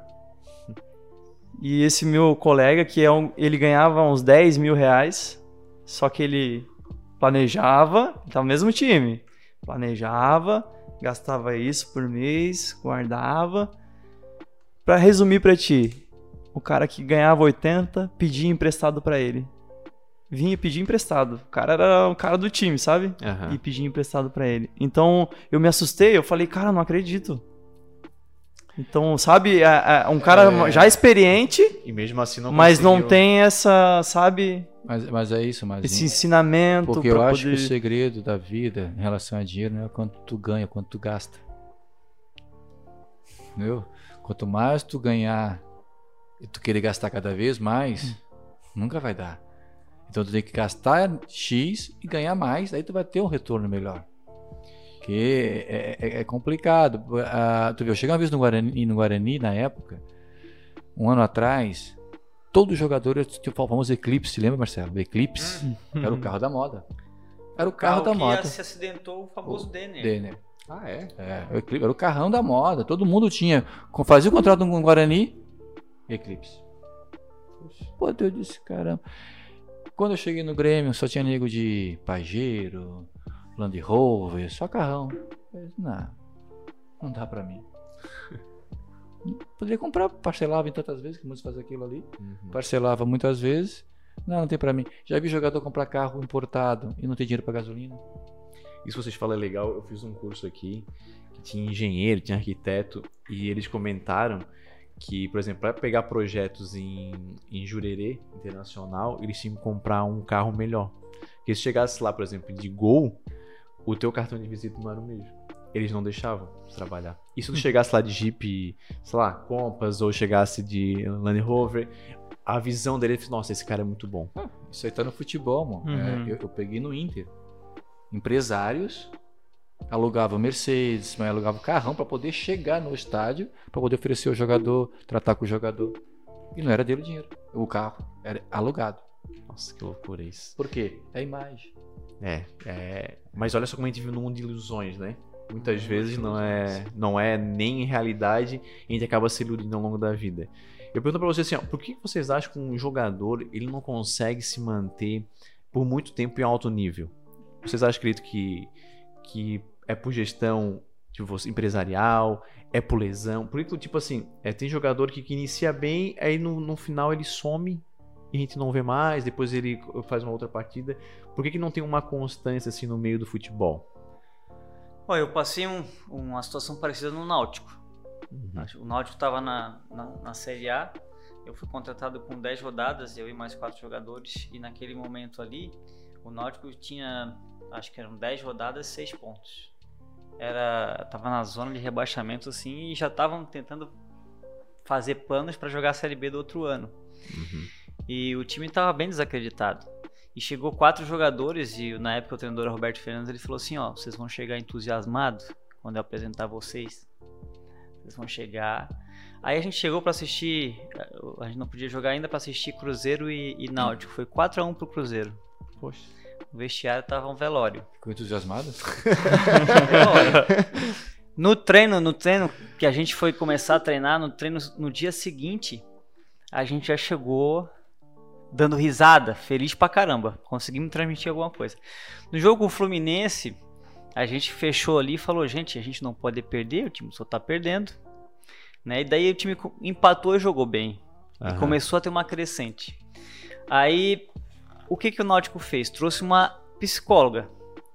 E esse meu colega, que é um, ele ganhava uns dez mil reais, só que ele planejava, tá no mesmo time, planejava, gastava isso por mês, guardava. Pra resumir pra ti, o cara que ganhava oitenta pedia emprestado pra ele. Vinha pedir emprestado. O cara era o cara do time, sabe? Uhum. E pedia emprestado pra ele. Então, eu me assustei, eu falei, cara, não acredito. Então, sabe, é, é um cara é... já experiente, e mesmo assim não mas conseguiu... não tem essa, sabe... Mas, mas é isso, mas esse ensinamento. Porque eu acho poder... que o segredo da vida em relação a dinheiro não é quanto tu ganha, quanto tu gasta. Entendeu? Quanto mais tu ganhar e tu querer gastar cada vez mais, hum. nunca vai dar. Então tu tem que gastar X e ganhar mais, aí tu vai ter um retorno melhor. Porque é, é, é complicado. Uh, tu viu, eu cheguei uma vez no Guarani, no Guarani, na época, um ano atrás, todo jogador tinha o famoso Eclipse, lembra, Marcelo? O Eclipse era o carro da moda. Era o carro, carro da moda. Que se acidentou o famoso o Denner. Denner. Ah, é? É, o Eclipse, era o carrão da moda. Todo mundo tinha. Fazia o contrato com o Guarani, Eclipse. Pô, eu disse, caramba. Quando eu cheguei no Grêmio, só tinha nego de Pajero, Land Rover, só carrão. Eu disse, não, não dá pra mim. Poderia comprar, parcelava em tantas vezes, que muitos fazem aquilo ali. Uhum. Parcelava muitas vezes. Não, não tem pra mim. Já vi jogador comprar carro importado e não tem dinheiro pra gasolina. Isso vocês falam é legal. Eu fiz um curso aqui que tinha engenheiro, tinha arquiteto, e eles comentaram que, por exemplo, para pegar projetos em, em Jurerê Internacional, eles tinham que comprar um carro melhor. Porque se chegasse lá, por exemplo, de Gol, o teu cartão de visita não era o mesmo. Eles não deixavam trabalhar. E se tu chegasse lá de Jeep, sei lá, Compass, ou chegasse de Land Rover, a visão dele é, nossa, esse cara é muito bom. Ah, isso aí tá no futebol, mano. Uhum. É, eu, eu peguei no Inter. Empresários alugavam Mercedes, mas alugavam carrão pra poder chegar no estádio, pra poder oferecer ao jogador, tratar com o jogador. E não era dele o dinheiro. O carro era alugado. Nossa, que loucura isso. Por quê? É a imagem. É, é... Mas olha só como a gente vive num mundo de ilusões, né? Muitas vezes não é, não é nem realidade e a gente acaba se iludindo ao longo da vida. Eu pergunto pra vocês assim, ó, por que vocês acham que um jogador ele não consegue se manter por muito tempo em alto nível? Vocês acham, acredito, que, que é por gestão tipo, empresarial, é por lesão? Por que, tipo assim, é, tem jogador que, que inicia bem, aí no, no final ele some e a gente não vê mais, depois ele faz uma outra partida. Por que, que não tem uma constância assim no meio do futebol? Olha, eu passei um, uma situação parecida no Náutico. Uhum. O Náutico estava na, na, na Série A, eu fui contratado com dez rodadas, eu e mais quatro jogadores, e naquele momento ali, o Náutico tinha, acho que eram dez rodadas, seis pontos. Era, tava na zona de rebaixamento assim, e já estavam tentando fazer planos para jogar a Série B do outro ano. Uhum. E o time estava bem desacreditado. E chegou quatro jogadores e na época o treinador Roberto Fernandes ele falou assim, ó, vocês vão chegar entusiasmados quando eu apresentar vocês. Vocês vão chegar. Aí a gente chegou para assistir, a gente não podia jogar ainda para assistir Cruzeiro e, e Náutico. Foi quatro a um pro Cruzeiro. Poxa. O vestiário tava um velório. Ficou entusiasmado? velório. No treino, no treino que a gente foi começar a treinar, no treino no dia seguinte, a gente já chegou dando risada, feliz pra caramba. Conseguimos transmitir alguma coisa. No jogo com o Fluminense, a gente fechou ali e falou, gente, a gente não pode perder, o time só tá perdendo. Né? E daí o time empatou e jogou bem. Uhum. E começou a ter uma crescente. Aí, o que, que o Náutico fez? Trouxe uma psicóloga,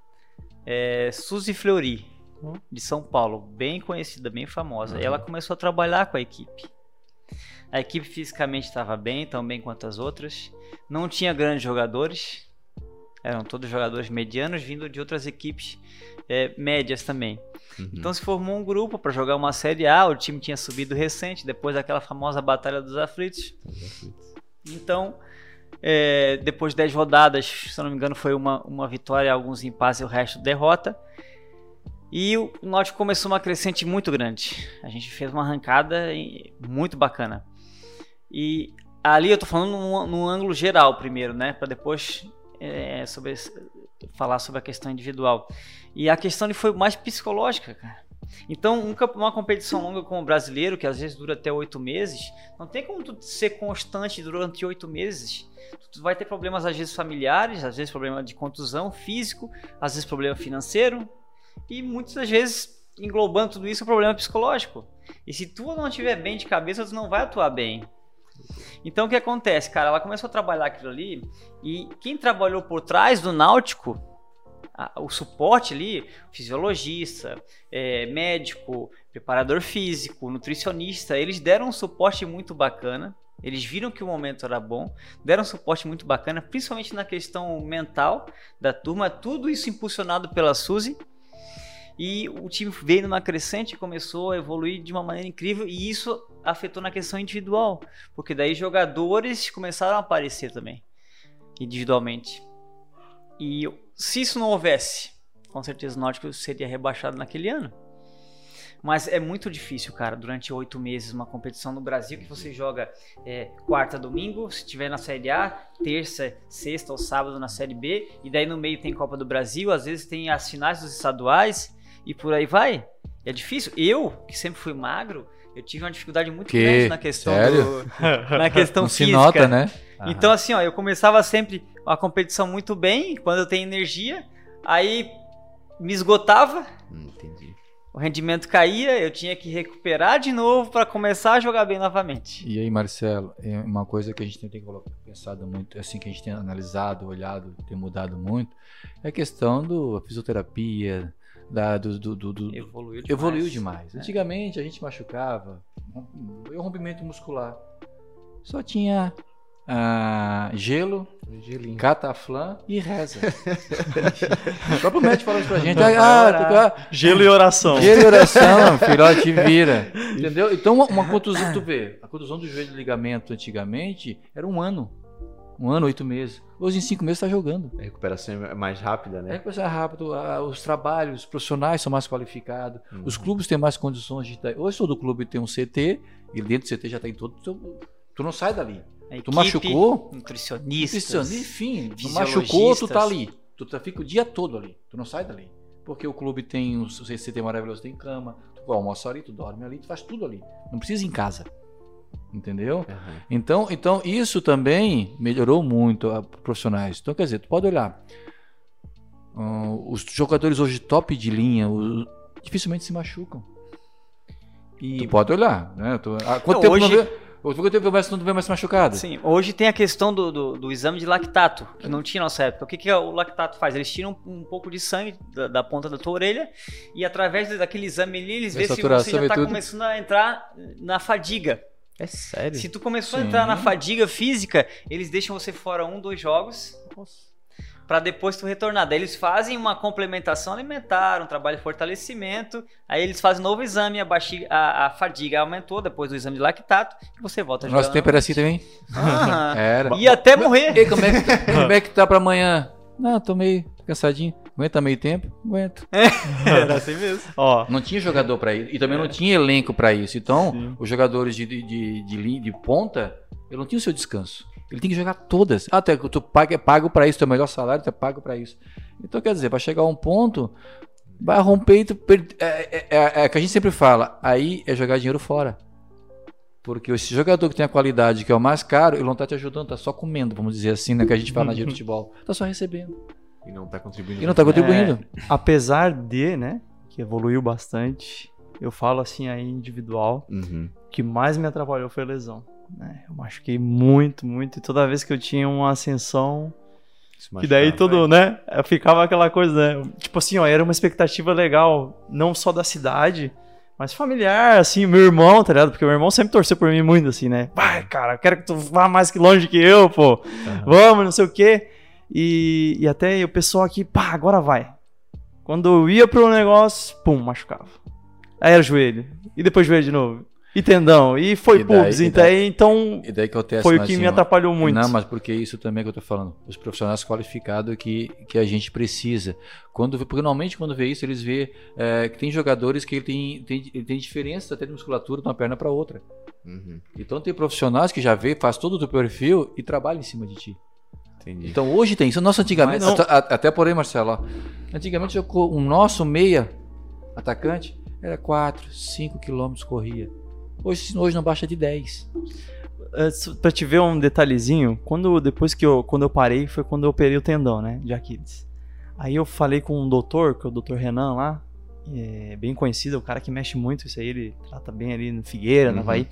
é, Suzy Fleury, de São Paulo, bem conhecida, bem famosa. Uhum. E ela começou a trabalhar com a equipe. A equipe fisicamente estava bem, tão bem quanto as outras. Não tinha grandes jogadores. Eram todos jogadores medianos, vindo de outras equipes é, médias também. Uhum. Então se formou um grupo para jogar uma Série A. O time tinha subido recente, depois daquela famosa Batalha dos Aflitos. Então, é, depois de dez rodadas, se eu não me engano, foi uma, uma vitória, alguns empates e o resto derrota. E o Náutico começou uma crescente muito grande. A gente fez uma arrancada muito bacana. E ali eu tô falando num, num ângulo geral primeiro, né? Para depois é, sobre, falar sobre a questão individual. E a questão foi mais psicológica, cara. Então, um, uma competição longa como o brasileiro, que às vezes dura até oito meses, não tem como tu ser constante durante oito meses. Tu vai ter problemas às vezes familiares, às vezes problema de contusão físico, às vezes problema financeiro. E muitas das vezes, englobando tudo isso, é um problema psicológico. E se tu não estiver bem de cabeça, tu não vai atuar bem. Então o que acontece, cara? Ela começou a trabalhar aquilo ali, e quem trabalhou por trás do Náutico, a, o suporte ali, fisiologista, é, médico, preparador físico, nutricionista, eles deram um suporte muito bacana. Eles viram que o momento era bom, deram um suporte muito bacana, principalmente na questão mental da turma, tudo isso impulsionado pela Suzy. E o time veio numa crescente e começou a evoluir de uma maneira incrível. E isso afetou na questão individual. Porque daí jogadores começaram a aparecer também, individualmente. E se isso não houvesse, com certeza o Náutico seria rebaixado naquele ano. Mas é muito difícil, cara, durante oito meses, uma competição no Brasil que você joga é, quarta, domingo, se tiver na Série A, terça, sexta ou sábado na Série B. E daí no meio tem Copa do Brasil, às vezes tem as finais dos estaduais. E por aí vai. É difícil. Eu, que sempre fui magro, eu tive uma dificuldade muito que? grande na questão Sério? do, na questão Não física. se nota, né? Então assim, ó, eu começava sempre a competição muito bem, quando eu tenho energia, aí me esgotava. Hum, entendi. o rendimento caía, eu tinha que recuperar de novo para começar a jogar bem novamente. E aí, Marcelo, é uma coisa que a gente tem, tem pensado muito, assim, que a gente tem analisado, olhado, tem mudado muito, é a questão da fisioterapia, da, do, do, do, do, Evoluiu demais. Evoluiu demais. É. Antigamente a gente machucava, um rompimento muscular. Só tinha ah, gelo, Gelinho. cataflã e reza. O próprio médico falou isso pra gente. Ah, ah, ah, Gelo e oração. gelo e oração, filhote vira. Entendeu? Então uma, uma contusão, tu vê, a contusão do joelho de ligamento antigamente era um ano. Um ano, oito meses. Hoje em cinco meses tá jogando. A recuperação é mais rápida, É né? coisa rápido, ah, os trabalhos, os profissionais são mais qualificados, Uhum. os clubes têm mais condições de... Hoje todo clube tem um C T, e dentro do C T já tem todo... Tu, tu não sai dali. A Tu equipe, machucou, nutricionistas. nutricionista, enfim, tu machucou, tu tá fisiologistas. ali. Tu tá, fica o dia todo ali, tu não sai dali. Porque o clube tem, o C T maravilhoso, tem cama, tu almoça ali, tu dorme ali, tu faz tudo ali. Não precisa ir em casa. Entendeu? Uhum. Então, então isso também melhorou muito a profissionais. Então, quer dizer, tu pode olhar. Uh, os jogadores hoje top de linha o- dificilmente se machucam. E Tu pode olhar, né? Tu, há quanto Não, tempo hoje- não vê? Quanto tempo mais não vê mais se machucado? Sim, hoje tem a questão do, do, do exame de lactato, que não tinha na nossa época. O que, que o lactato faz? Eles tiram um, um pouco de sangue da, da ponta da tua orelha e através daquele exame ali, eles Vê veem se você saturação, já vê está tudo. começando a entrar na fadiga. é sério? Se tu começou Sim. a entrar na fadiga física, eles deixam você fora um, dois jogos para depois tu retornar. Daí eles fazem uma complementação alimentar, um trabalho de fortalecimento, aí eles fazem um novo exame, a, baxi- a, a fadiga aumentou depois do exame de lactato e você volta a jogar. Nosso tempo era assim também? Aham. Era. E até morrer. E como é, que tá, como é que tá pra amanhã? Não, tô meio cansadinho. Aguenta meio tempo? Aguento. Era assim mesmo. Ó, Não tinha jogador pra isso. E também não tinha elenco pra isso. Então, Sim. os jogadores de, de, de, de, linha- de ponta, ele não tinha o seu descanso. Ele tem que jogar todas. Ah, tu, tu paga, é pago pra isso, teu melhor salário, tu é pago pra isso. Então, quer dizer, vai chegar a um ponto, vai romper e tu per... é, é, é, é que a gente sempre fala, aí é jogar dinheiro fora. Porque esse jogador que tem a qualidade, que é o mais caro, ele não tá te ajudando, tá só comendo, vamos dizer assim, né? Que a gente fala na dia do futebol. Tá só recebendo. E não tá contribuindo. E não tá contribuindo. apesar de, né, que evoluiu bastante, eu falo assim aí individual, Uhum. o que mais me atrapalhou foi a lesão. Né? Eu machuquei muito, muito, e toda vez que eu tinha uma ascensão, Se que daí machucava. tudo, né, ficava aquela coisa, né, tipo assim, ó, era uma expectativa legal, não só da cidade, mas familiar, assim, meu irmão, tá ligado? Porque meu irmão sempre torceu por mim muito, assim, né, vai, cara, quero que tu vá mais que longe que eu, pô, Uhum. vamos, não sei o quê, e, e até o pessoal aqui, pá, agora vai. Quando eu ia pro negócio, pum, machucava. Aí era joelho, e depois joelho de novo. E tendão, e foi E daí- pubs, e então, daí- então E daí que eu testo foi o mais que assim, me ó. atrapalhou muito. Não, mas porque isso também é que eu tô falando. Os profissionais qualificados que, que a gente precisa. Quando, vê- porque normalmente quando vê isso, eles vê é, que tem jogadores que ele tem, tem, ele tem diferença até de musculatura de uma perna para outra. Uhum. Então tem profissionais que já vê, faz todo o teu perfil e trabalha em cima de ti. Entendi. Então hoje tem isso. Nosso antigamente, Mas não- até, até porém, Marcelo, ó, antigamente jogou um nosso meia atacante era quatro, cinco quilômetros corria. Hoje, hoje não baixa de dez. É, s- pra te ver um detalhezinho, quando, depois que eu, quando eu parei, foi quando eu operei o tendão, né, de Aquiles. Aí eu falei com um doutor, que é o doutor Renan lá, é bem conhecido, é o cara que mexe muito isso aí, ele trata bem ali no Figueira, no Uhum. Havaí.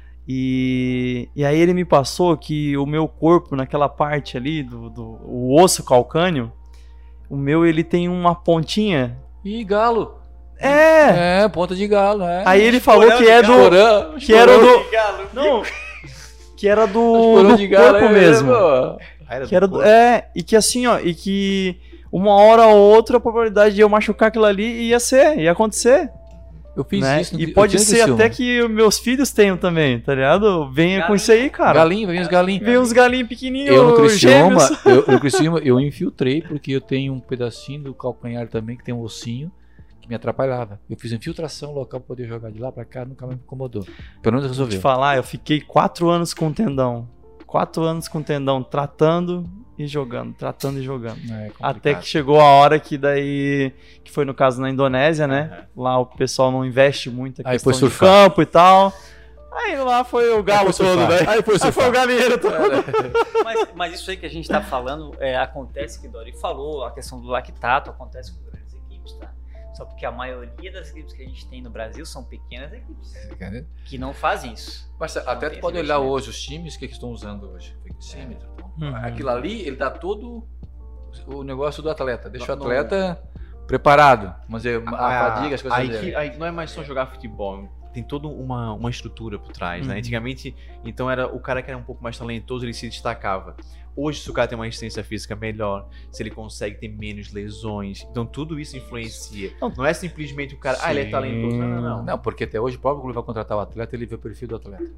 E, e aí ele me passou que o meu corpo, naquela parte ali, do, do o osso calcâneo, o meu ele tem uma pontinha. E galo. É! É, ponta de galo, é. Aí ele falou que é do. Esporão, Que era esporão. do. Não! Que era do, Esporão do de galo corpo é mesmo. Ah, era Que era do do, corpo? é, e que assim, ó, e que uma hora ou outra a probabilidade de eu machucar aquilo ali ia ser, ia acontecer. Eu fiz Né? isso. no- E eu pode tinha ser Criciúma. até que meus filhos tenham também, tá ligado? Venha com isso aí, cara. Galinho, vem os galinhos. Vem uns galinhos pequenininhos, Eu no Criciúma, gêmeos. eu, eu, no Criciúma, eu infiltrei porque eu tenho um pedacinho do calcanhar também que tem um ossinho que me atrapalhava. Eu fiz infiltração local pra poder jogar de lá pra cá, nunca me incomodou. Pelo menos Vou te resolveu. falar, eu fiquei quatro anos com tendão. Quatro anos com tendão, tratando e jogando, tratando e jogando. É Até que chegou a hora que daí, que foi no caso na Indonésia, né? Lá o pessoal não investe muito a Aí questão foi de surfar. campo e tal. Aí lá foi o galo foi todo, surfar. velho. Aí foi Aí foi surfar. o galinheiro todo. Mas, mas isso aí que a gente tá falando, é, acontece, que Dori falou, a questão do lactato acontece com grandes equipes, tá? Só porque a maioria das equipes que a gente tem no Brasil são pequenas equipes que não fazem isso. Mas não até tu pode olhar hoje os times que estão usando hoje. Flexímetro. É. Uhum. Aquilo ali, ele dá todo o negócio do atleta. Deixa não, o atleta não... preparado. Mas a, a fadiga, as coisas aí, dele. Aí não é mais só jogar futebol. Tem toda uma, uma estrutura por trás, uhum. né? Antigamente, então, era o cara que era um pouco mais talentoso, ele se destacava. Hoje, se o cara tem uma resistência física melhor, se ele consegue ter menos lesões, então tudo isso influencia. Não, não é simplesmente o cara, Sim. ah, ele é talentoso. Não, não, não. Não, porque até hoje o próprio clube vai contratar o atleta, ele vê o perfil do atleta.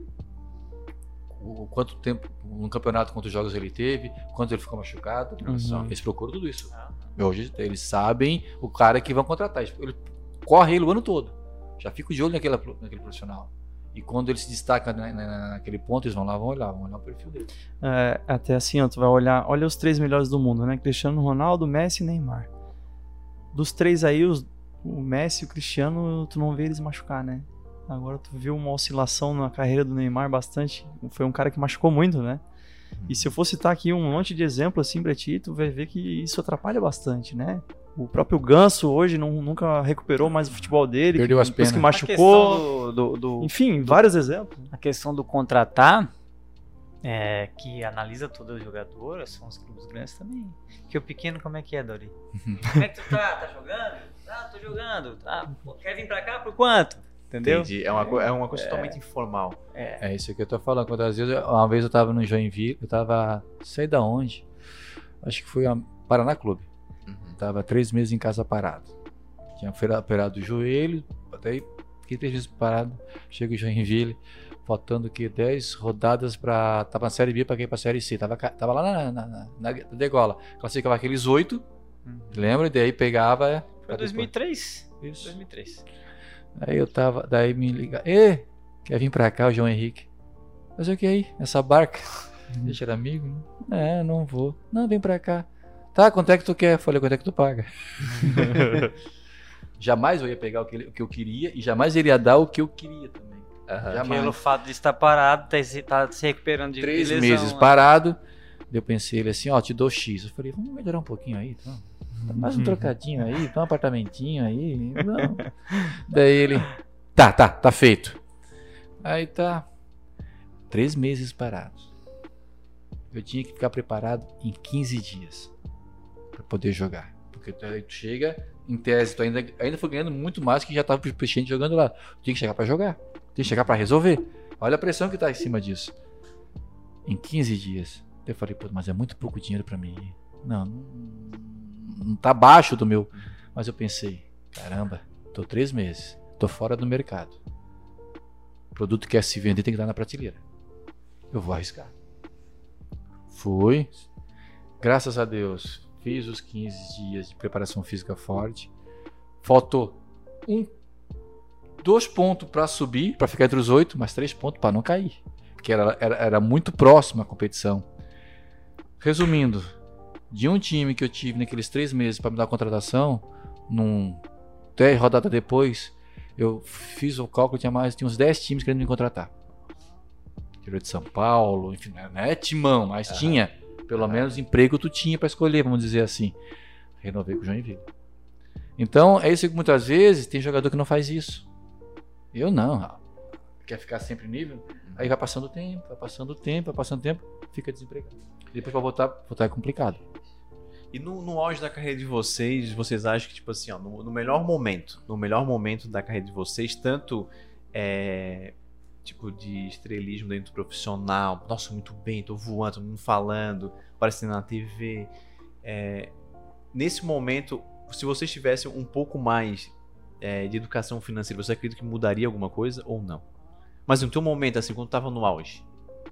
O quanto tempo no campeonato, quantos jogos ele teve, quanto ele ficou machucado. Uhum. Eles procuram tudo isso. Hoje, eles sabem o cara que vão contratar. Ele corre ele o ano todo. Já fico de olho naquele, naquele profissional. E quando ele se destaca na, na, naquele ponto, eles vão lá, vão olhar, vão olhar o perfil dele. É, até assim, ó, tu vai olhar, olha os três melhores do mundo, né? Cristiano Ronaldo, Messi e Neymar. Dos três aí, os, o Messi e o Cristiano, tu não vê eles machucar, né? Agora tu viu uma oscilação na carreira do Neymar bastante. Foi um cara que machucou muito, né? E se eu for citar aqui um monte de exemplo assim pra ti, tu vai ver que isso atrapalha bastante, né? O próprio Ganso hoje não, nunca recuperou mais o futebol dele. Perdeu que, as penas. Que machucou. Do, do, do, enfim, do, vários exemplos. A questão do contratar, é, que analisa todo o jogador, são os clubes grandes também. Que o pequeno, como é que é, Dori? Como é que tu tá? Tá jogando? Ah, tô jogando. Ah, quer vir pra cá por quanto? Entendeu? Entendi. É uma, é uma coisa é, totalmente informal. É. é isso que eu tô falando. Quantas vezes, uma vez eu tava no Joinville, eu tava, sei da onde, acho que foi a Paraná Clube. Uhum. Tava três meses em casa parado. Tinha operado o joelho, até aí fiquei três meses parado. Chego em Joinville, faltando que dez rodadas pra. Tava na Série B pra ir pra Série C. Tava, tava lá na, na, na, na degola. Classificava aqueles oito, uhum. lembra? E daí pegava. Foi dois mil e três? Isso. dois mil e três. Aí eu tava, daí me liga, ê, quer vir pra cá o João Henrique? Mas o que aí? Essa barca? Uhum. Deixa era amigo, né? É, não vou. Não, vem pra cá. Tá, quanto é que tu quer? Falei, quanto é que tu paga? Jamais eu ia pegar o que, o que eu queria e jamais iria dar o que eu queria também. Uhum. Jamais. Pelo fato de estar parado, tá, tá se recuperando de Três lesão, meses né? parado. Eu pensei, ele assim, ó, te dou X. Eu falei, vamos melhorar um pouquinho aí, então. Mais um trocadinho aí, dá um apartamentinho aí. Não. Daí ele, tá, tá, tá feito. Aí tá, três meses parados. Eu tinha que ficar preparado em quinze dias para poder jogar. Porque tu chega, em tese, tu ainda, ainda foi ganhando muito mais que já tava o gente jogando lá. Tu tinha que chegar para jogar, tinha que chegar para resolver. Olha a pressão que tá em cima disso. Em quinze dias. Eu falei, pô, mas é muito pouco dinheiro para mim. Não, não, não tá abaixo do meu. Mas eu pensei, caramba, tô três meses, tô fora do mercado. O produto que quer se vender tem que estar na prateleira. Eu vou arriscar. Fui. Graças a Deus, fiz os quinze dias de preparação física forte. Faltou um, dois pontos para subir, para ficar entre os oito, mas três pontos para não cair. Que era, era, era muito próxima a competição. Resumindo, de um time que eu tive naqueles três meses para me dar a contratação, num dez rodadas depois, eu fiz o cálculo, tinha mais, tinha uns dez times querendo me contratar. Interior de São Paulo, enfim, não é timão, mas ah, tinha, pelo ah, menos emprego tu tinha para escolher, vamos dizer assim. Renovei com o Joinville. Então, é isso que muitas vezes tem jogador que não faz isso. Eu não. Quer ficar sempre nível? Aí vai passando o tempo, vai passando o tempo, vai passando o tempo, fica desempregado. Depois pra voltar, voltar é complicado. E no, no auge da carreira de vocês, vocês acham que, tipo assim, ó, no, no melhor momento, no melhor momento da carreira de vocês, tanto é, tipo de estrelismo dentro do profissional, nossa, muito bem, tô voando, todo mundo falando, aparecendo na T V. É, nesse momento, se vocês tivessem um pouco mais é, de educação financeira, você acredita que mudaria alguma coisa ou não? Mas no teu momento, assim, quando tava no auge.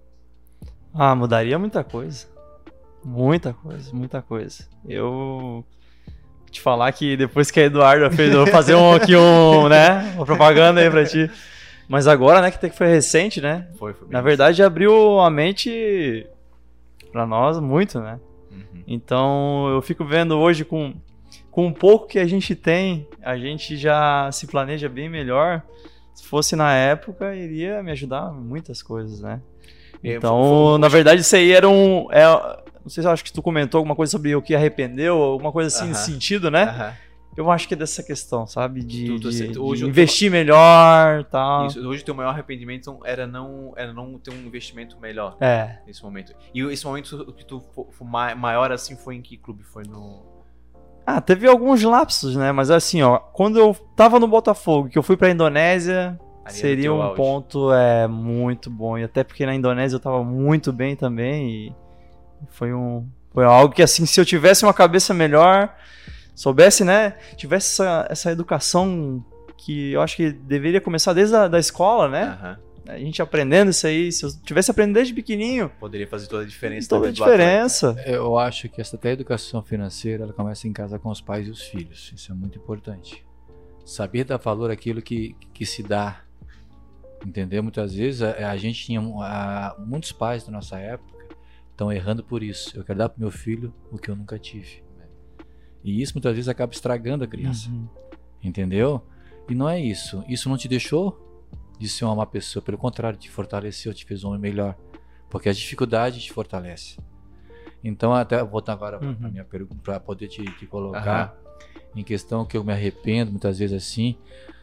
Ah, mudaria muita coisa. Muita coisa, muita coisa. Eu vou te falar que depois que a Eduardo fez, eu vou fazer um, aqui um, né, uma propaganda aí pra ti. Mas agora, né, que foi recente, né? Foi, foi bem Na verdade, abriu a mente pra nós muito, né? Uhum. Então, eu fico vendo hoje com, com um pouco que a gente tem, a gente já se planeja bem melhor. Se fosse na época, iria me ajudar em muitas coisas, né? Então, foi, foi, na verdade, isso aí era um... É, não sei se eu acho que tu comentou alguma coisa sobre o que arrependeu, alguma coisa assim, uh-huh. nesse sentido, né? Uh-huh. eu acho que é dessa questão, sabe? De, Tu- tu- de- tu- hoje de eu tô- investir melhor e tal. Isso, hoje o teu maior arrependimento era não, era não ter um investimento melhor É. nesse momento. E esse momento que tu fo- fo- ma- maior assim foi em que clube? Foi no... Ah, teve alguns lapsos, né? Mas assim, ó, quando eu tava no Botafogo, que eu fui pra Indonésia, Ali era o seria teu um auge. ponto é, muito bom. E até porque na Indonésia eu tava muito bem também. E foi um. Foi algo que, assim, se eu tivesse uma cabeça melhor, soubesse, né? Tivesse essa, essa educação que eu acho que deveria começar desde a da escola, né? Aham. A gente aprendendo isso aí. Se eu tivesse aprendido desde pequenininho, Poderia fazer toda a diferença. toda a na vida do atleta. diferença. Eu acho que essa até educação financeira, ela começa em casa com os pais e os filhos. Isso é muito importante. Saber dar valor àquilo que, que se dá. Entendeu? Muitas vezes a, a gente tinha a, muitos pais da nossa época estão errando por isso. Eu quero dar pro meu filho o que eu nunca tive. E isso muitas vezes acaba estragando a criança. Uhum. Entendeu? E não é isso. Isso não te deixou de ser uma má pessoa. Pelo contrário, te fortaleceu, te fez um homem melhor. Porque a dificuldade te fortalece. Então, até voltar agora Uhum. para minha pergunta, para poder te, te colocar em questão que eu me arrependo muitas vezes assim,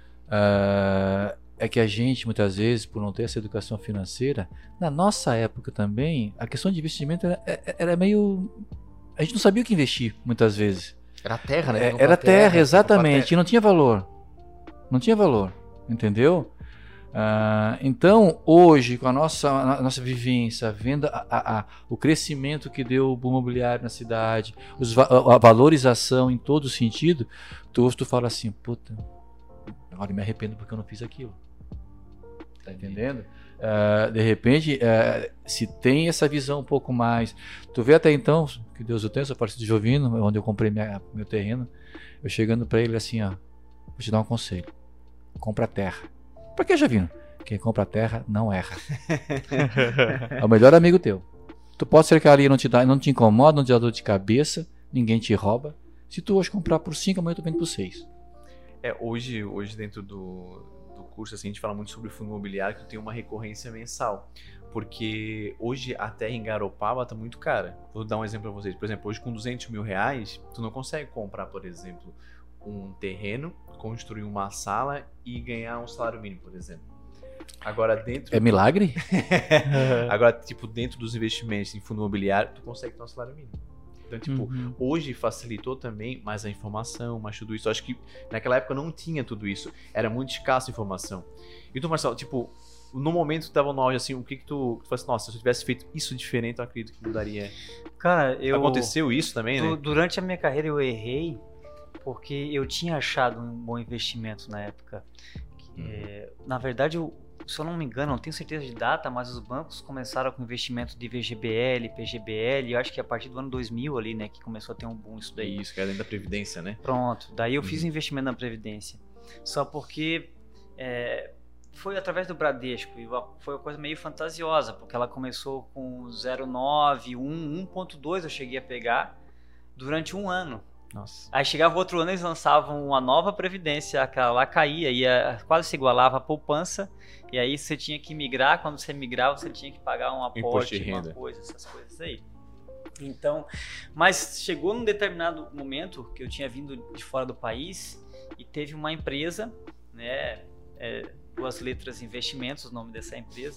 ah, é que a gente muitas vezes, por não ter essa educação financeira, na nossa época também, a questão de investimento era, era meio... A gente não sabia o que investir muitas vezes. Era terra, né? É, Comprar era terra, comprar exatamente, terra. e não tinha valor. Não tinha valor, entendeu? Ah, então, hoje, com a nossa, a nossa vivência, vendo a, a, a, o crescimento que deu o boom imobiliário na cidade, os, va- a valorização em todo sentido, tu, tu fala assim, puta, agora eu me arrependo porque eu não fiz aquilo. Tá entendendo? Ah, de repente, ah, se tem essa visão um pouco mais... Tu vê até então, que Deus o tenha, sou partido de Jovino, onde eu comprei minha, meu terreno, eu chegando pra ele assim, ó, vou te dar um conselho, compra terra. Pra que, Jovino? Quem compra terra não erra. É o melhor amigo teu. Tu pode ser que ali não te, dá, não te incomoda, não te dá dor de cabeça, ninguém te rouba. Se tu hoje comprar por cinco, amanhã tu vende por seis. É, hoje, hoje dentro do, do curso, assim, a gente fala muito sobre fundo imobiliário, que tem uma recorrência mensal. Porque hoje a terra em Garopaba tá muito cara. Vou dar um exemplo pra vocês. Por exemplo, hoje com duzentos mil reais, tu não consegue comprar, por exemplo, um terreno, construir uma sala e ganhar um salário mínimo, por exemplo. Agora dentro... É milagre? Agora, tipo, dentro dos investimentos em fundo imobiliário, tu consegue ter um salário mínimo. Então, tipo, Uhum. hoje facilitou também mais a informação, mais tudo isso. Eu acho que naquela época não tinha tudo isso. Era muito escasso a informação. E tu, Marcelo, tipo, no momento que tu tava no auge, assim, o que que tu... Tu falou assim, nossa, se eu tivesse feito isso diferente, eu acredito que mudaria. Cara, eu. Aconteceu isso também, du- né? Durante a minha carreira eu errei porque eu tinha achado um bom investimento na época. Que, Uhum. é, na verdade, eu, se eu não me engano, não tenho certeza de data, mas os bancos começaram com investimento de V G B L, P G B L, eu acho que a partir do ano dois mil ali, né, que começou a ter um boom isso daí. Isso, que era dentro da Previdência, né? Pronto, daí eu Uhum. fiz o investimento na Previdência. Só porque é, foi através do Bradesco e foi uma coisa meio fantasiosa, porque ela começou com zero vírgula nove, um, um ponto dois eu cheguei a pegar durante um ano. Nossa. Aí chegava o outro ano, eles lançavam uma nova previdência, aquela lá caía, ia, quase se igualava a poupança, e aí você tinha que migrar, quando você migrava você tinha que pagar um Imposto aporte, de uma renda. coisa, essas coisas aí. Então, mas chegou num determinado momento que eu tinha vindo de fora do país e teve uma empresa, né, é, duas letras investimentos, o nome dessa empresa,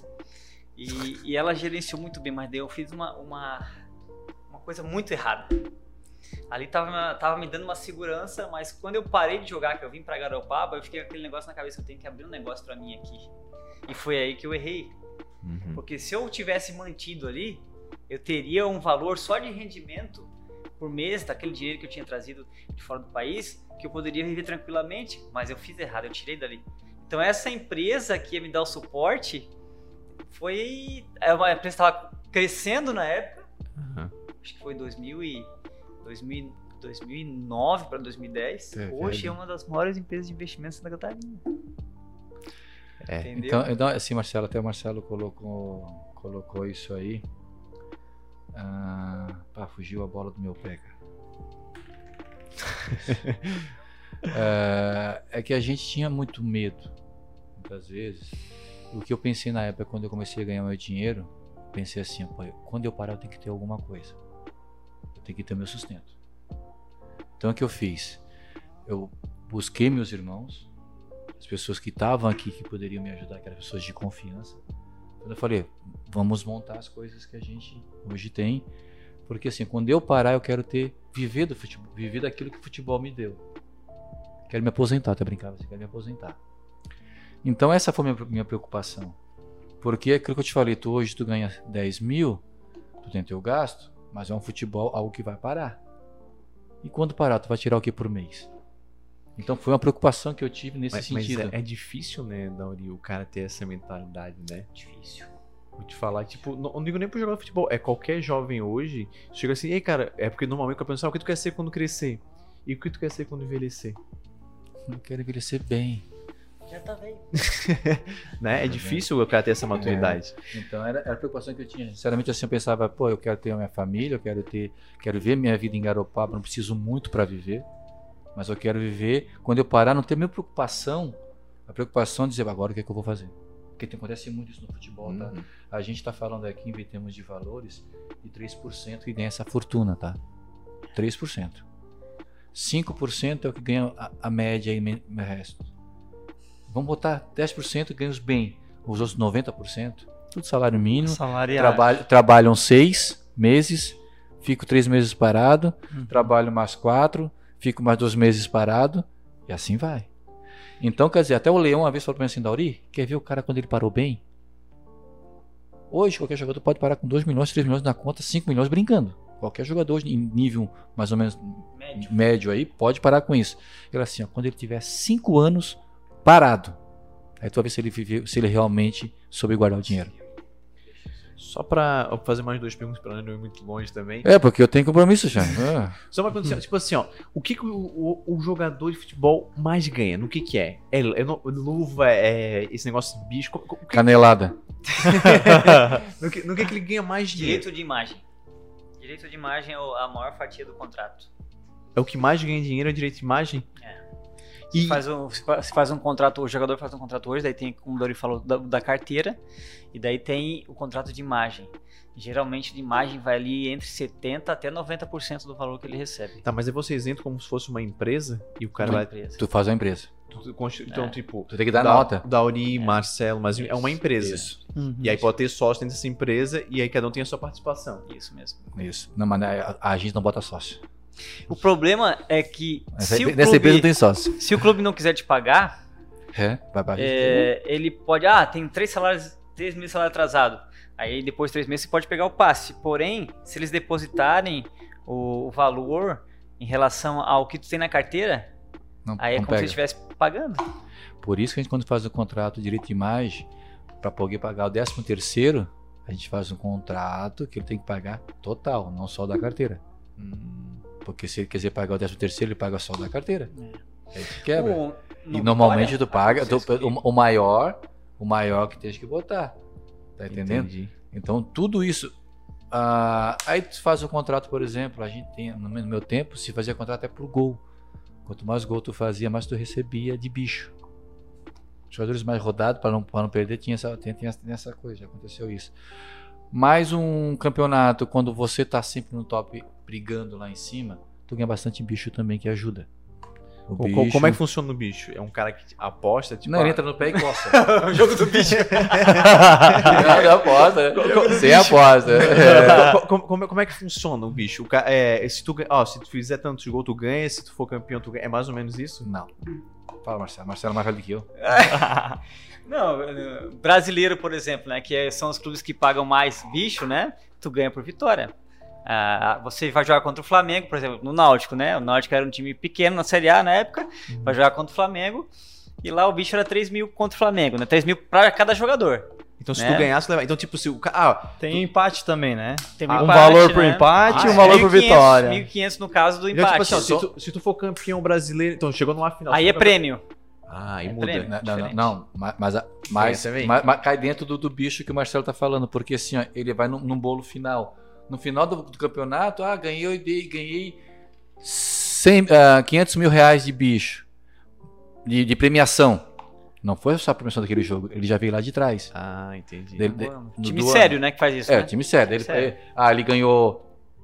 e, e ela gerenciou muito bem, mas daí eu fiz uma, uma, uma coisa muito errada. Ali tava, tava me dando uma segurança, mas quando eu parei de jogar, que eu vim pra Garopaba, eu fiquei com aquele negócio na cabeça, eu tenho que abrir um negócio pra mim aqui. E foi aí que eu errei. Uhum. Porque se eu tivesse mantido ali, eu teria um valor só de rendimento por mês, daquele dinheiro que eu tinha trazido de fora do país, que eu poderia viver tranquilamente, mas eu fiz errado, eu tirei dali. Então essa empresa que ia me dar o suporte, foi... A empresa estava crescendo na época, Uhum. acho que foi dois mil e dois mil, dois mil e nove para dois mil e dez. É, Hoje velho. é uma das maiores empresas de investimento de Santa Catarina. É. Entendeu? Então, então, assim, Marcelo, até o Marcelo colocou, colocou isso aí. Ah, pá, fugiu a bola do meu pé, cara. É, é que a gente tinha muito medo, muitas vezes. O que eu pensei na época, quando eu comecei a ganhar meu dinheiro, pensei assim, pô, quando eu parar eu tenho que ter alguma coisa. Eu tenho que ter meu sustento. Então o que eu fiz? eu busquei meus irmãos, as pessoas que estavam aqui que poderiam me ajudar, que eram pessoas de confiança. Eu falei, vamos montar as coisas que a gente hoje tem, porque assim, quando eu parar, eu quero ter, viver do futebol, viver daquilo que o futebol me deu. Quero me aposentar, até brincava assim, quero me aposentar. Então essa foi a minha, minha preocupação. Porque aquilo que eu te falei, tu hoje tu ganha dez mil, tu tem teu gasto, mas é um futebol algo que vai parar. E quando parar, tu vai tirar o que por mês? Então foi uma preocupação que eu tive nesse mas, sentido. Mas é, é difícil, né, Dauri, o cara ter essa mentalidade, né? Difícil. Vou te falar, tipo, não, não digo nem pro jogador de futebol, é qualquer jovem hoje, chega assim, ei cara, é porque normalmente eu penso, ah, o que tu quer ser quando crescer? E o que tu quer ser quando envelhecer? Eu quero envelhecer bem. Já tá velho. Né? É difícil o cara ter essa maturidade. É. Então era, era a preocupação que eu tinha. Sinceramente, assim, eu pensava, pô, eu quero ter a minha família, eu quero ter, quero ver minha vida em Garopaba, não preciso muito para viver, mas eu quero viver, quando eu parar, não ter a minha preocupação, a preocupação de dizer, agora o que é que eu vou fazer? Porque tem, acontece muito isso no futebol, tá? Uhum. A gente tá falando aqui, em termos de valores, de três por cento que ganha essa fortuna, tá? três por cento. cinco por cento é o que ganha a, a média e o resto. Vamos botar dez por cento ganhos bem, os outros noventa por cento, tudo salário mínimo, trabalho, trabalham seis meses, fico três meses parado, uhum. trabalho mais quatro, fico mais dois meses parado, e assim vai. Então, quer dizer, até o Leão uma vez falou para mim assim, Dauri, quer ver o cara quando ele parou bem? Hoje, qualquer jogador pode parar com dois milhões, três milhões na conta, cinco milhões brincando. Qualquer jogador em nível mais ou menos médio, médio aí, pode parar com isso. Ele assim, ó, quando ele tiver cinco anos parado, aí tu vai ver se ele, vive, se ele realmente soube guardar o dinheiro. Só pra fazer mais duas perguntas pra não ir muito longe também. É, porque eu tenho compromisso já. É. Só uma pergunta, tipo assim, ó, o que, que o, o, o jogador de futebol mais ganha? No que que é? É, é luva, é esse negócio de bicho? Que... Canelada. no, que, no que que ele ganha mais dinheiro? Direito de imagem. Direito de imagem é a maior fatia do contrato. É o que mais ganha dinheiro, é direito de imagem? É. E... Se, faz um, se faz um contrato, o jogador faz um contrato hoje, daí tem, como o Dori falou, da, da carteira, e daí tem o contrato de imagem. Geralmente de imagem vai ali entre setenta por cento até noventa por cento do valor que ele recebe. Tá, mas aí vocês entram como se fosse uma empresa e o cara uma vai... Empresa. Tu faz a empresa. Tu, então, é. tipo... Tu tem que dar da, nota. Dauri, é. Marcelo, mas isso. É uma empresa. Isso. Uhum. E aí pode ter sócio dentro dessa empresa e aí cada um tem a sua participação. Isso mesmo. Isso. Não, mas a, a gente não bota sócio. O problema é que Essa, se, o nessa clube, empresa não tem sócio. se o clube não quiser te pagar, é, vai pra é, ele pode, ah, tem três salários, três meses de salário atrasado. Aí depois de três meses você pode pegar o passe. Porém, se eles depositarem o, o valor em relação ao que tu tem na carteira, não, aí é como pega. Se você estivesse pagando. Por isso que a gente, quando faz o contrato de direito de imagem, para poder pagar o décimo terceiro, a gente faz um contrato que ele tem que pagar total, não só da carteira. Hum. Porque se ele quiser pagar o décimo terceiro, ele paga só da carteira. É. Aí tu quebra. O, e normalmente Vitória, tu paga tu, o, o maior, o maior que tem que botar. Tá entendendo? Entendi. Então tudo isso. Ah, aí tu faz o contrato, por exemplo, a gente tem, no meu tempo, se fazia contrato é por gol. Quanto mais gol tu fazia, mais tu recebia de bicho. Os jogadores mais rodados, para não, para não perder, tinha essa, tinha, tinha essa coisa, já aconteceu isso. Mais um campeonato, quando você tá sempre no top brigando lá em cima, tu ganha bastante bicho também que ajuda. O bicho... Como é que funciona o bicho? É um cara que aposta? Tipo, não, ele entra no pé e coça. É o jogo do bicho. Não, não aposta. Sem aposta. É. Como, como, como é que funciona o bicho? O cara, é, se, tu, ó, se tu fizer tantos gols, tu ganha. Se tu for campeão, tu ganha. É mais ou menos isso? Não. Fala, Marcelo. Marcelo é mais velho do que eu. Não, brasileiro, por exemplo, né? Que são os clubes que pagam mais bicho, né? Tu ganha por vitória. Ah, você vai jogar contra o Flamengo, por exemplo, no Náutico, né? O Náutico era um time pequeno na Série A na época, uhum. vai jogar contra o Flamengo, e lá o bicho era três mil contra o Flamengo, né? três mil para cada jogador. Então se né? tu ganhasse, leva. Então tipo, se o ah, tem tu... empate também, né? Tem um empate, valor né? por empate e ah, um valor por vitória. mil e quinhentos no caso do então, empate. tipo assim, ó, se, tu, se tu for campeão brasileiro, então chegou numa final. Aí é prêmio. Ah, aí é muda. Prêmio, não, não, não, mas, mas, mas, mas, mas cai dentro do, do bicho que o Marcelo tá falando, porque assim, ó, ele vai num, num bolo final. No final do, do campeonato, ah, ganhei, ganhei cem, uh, quinhentos mil reais de bicho, de, de premiação. Não foi só a premiação daquele jogo, ele já veio lá de trás. Ah, entendi. Dele, de, time sério, ano. Né, que faz isso, É, né? time sério. Ele, sério. Ele, ah, ele ganhou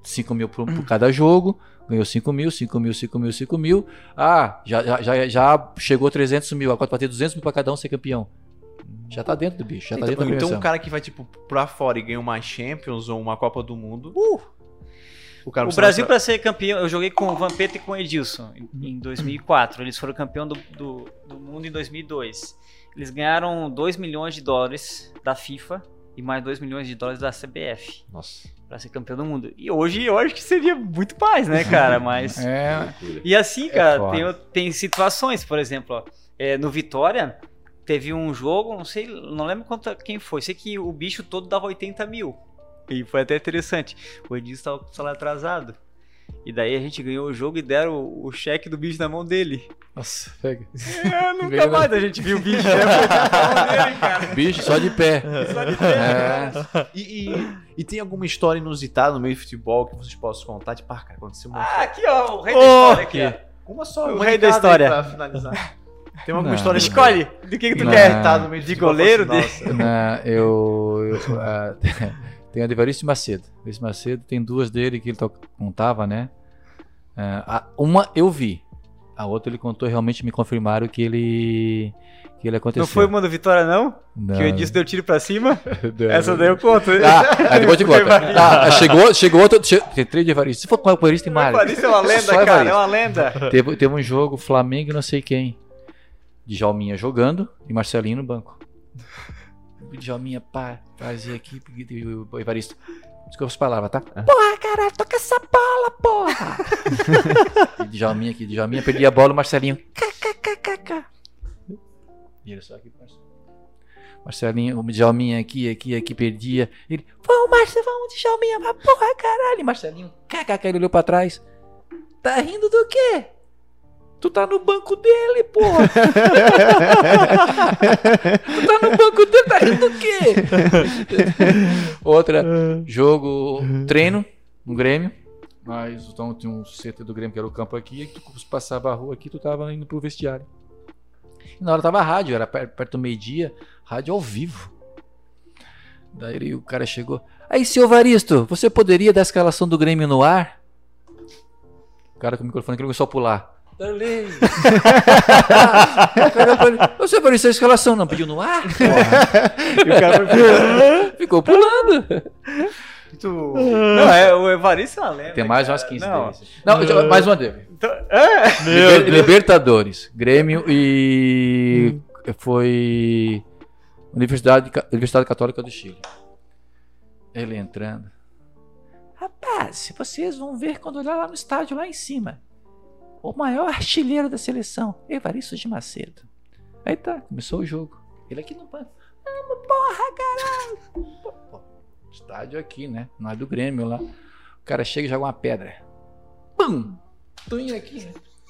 cinco mil por, por cada jogo, ganhou cinco mil, cinco mil, cinco mil, cinco mil. Ah, já, já, já, já chegou trezentos mil, agora vai ter duzentos mil para cada um ser campeão. Já tá dentro do bicho, já tá Então, dentro da então premiação. um cara que vai, tipo, pra fora e ganha uma Champions ou uma Copa do Mundo... Uh, o cara O precisa Brasil, mostrar- para ser campeão, eu joguei com o Vampeta e com o Edilson em- em dois mil e quatro. Eles foram campeão do, do, do mundo em dois mil e dois. Eles ganharam dois milhões de dólares da FIFA e mais dois milhões de dólares da C B F Nossa. para ser campeão do mundo. E hoje eu acho que seria muito mais, né, cara? Mas É, e assim, cara, foda. tem, tem situações, por exemplo, ó, é, no Vitória teve um jogo, não sei, não lembro quanto, quem foi. Sei que o bicho todo dava oitenta mil. E foi até interessante. O Edilson estava com o salário atrasado. E daí a gente ganhou o jogo e deram o, o cheque do bicho na mão dele. nossa, pega. É, nunca Ganhou, mais a gente viu o bicho né? Foi na mão dele, cara. Bicho só de pé. Só de pé, É. cara. E, e, e tem alguma história inusitada no meio do futebol que vocês possam contar? Tipo, ah, cara, aconteceu uma... Ah, aqui ó, o rei da Oh, história aqui, ó. Uma só, o uma rei da recado aí história. Pra finalizar. Tem alguma Não. história... Escolhe, do que que tu Não. quer? Tá no meio do De futebol, goleiro, fala de- assim, nossa. Na, eu, eu ah, tenho a de Evaristo Macedo. Evaristo Macedo tem duas dele que ele to- contava, né? Ah, a- uma eu vi, a outra ele contou e realmente me confirmaram que ele que ele aconteceu. Não foi uma do Vitória, não? Não. Que o Edilson deu tiro pra cima? Não. Essa daí eu conto. Ah, aí depois eu te conto. Ah, chegou, chegou outro. che- Tem três de Evaristo. Se for com o Evaristo, tem O mais. Evaristo é uma lenda, Só cara, Evaristo. é uma lenda. Teve, teve um jogo Flamengo e não sei quem. Djalminha jogando e Marcelinho no banco. O Djalminha, pá, fazia aqui. E o Evaristo. Desculpa as palavras, tá? Porra, caralho, toca essa bola, porra! E Djalminha aqui, Djalminha perdia a bola, o Marcelinho. Kkkk. E ele só aqui pro Marcelinho. Marcelinho, o Djalminha aqui, aqui, aqui, perdia. Ele, vamos, Marcelinho, vamos, Djalminha, mas porra, caralho. E Marcelinho, kkk, ele olhou pra trás. Tá rindo do quê? Tu tá no banco dele, porra. Tu tá no banco dele, tá rindo do quê? Outra, jogo, treino no Grêmio. Mas então tinha um C T do Grêmio que era o campo aqui. E tu passava a rua aqui, tu tava indo pro vestiário. E na hora tava rádio, era per- perto do meio-dia, rádio ao vivo. Daí ele- o cara chegou. Aí, seu Evaristo, você poderia dar a escalação do Grêmio no ar? O cara com o microfone que começou a pular. Dali. Ô, seu Evaristo, a escalação não pediu no ar? Porra. E o cara foi... Ficou pulando. Tu... Não, é, o Evaristo é uma lenda. Tem mais cara. umas quinze Não. deles. Não, já- mais uma dele. Então, é. Liber- Libertadores, Grêmio e foi Universidade, Ca- Universidade Católica do Chile. Ele entrando. Rapaz, vocês vão ver quando olhar lá no estádio, lá em cima. O maior artilheiro da seleção, Evaristo de Macedo. Aí tá, começou o jogo. Ele aqui no banco. Vamos, porra, caralho! Pô, pô, estádio aqui, né? Não é do Grêmio lá. O cara chega e joga uma pedra. Pum! Tunho aqui, né?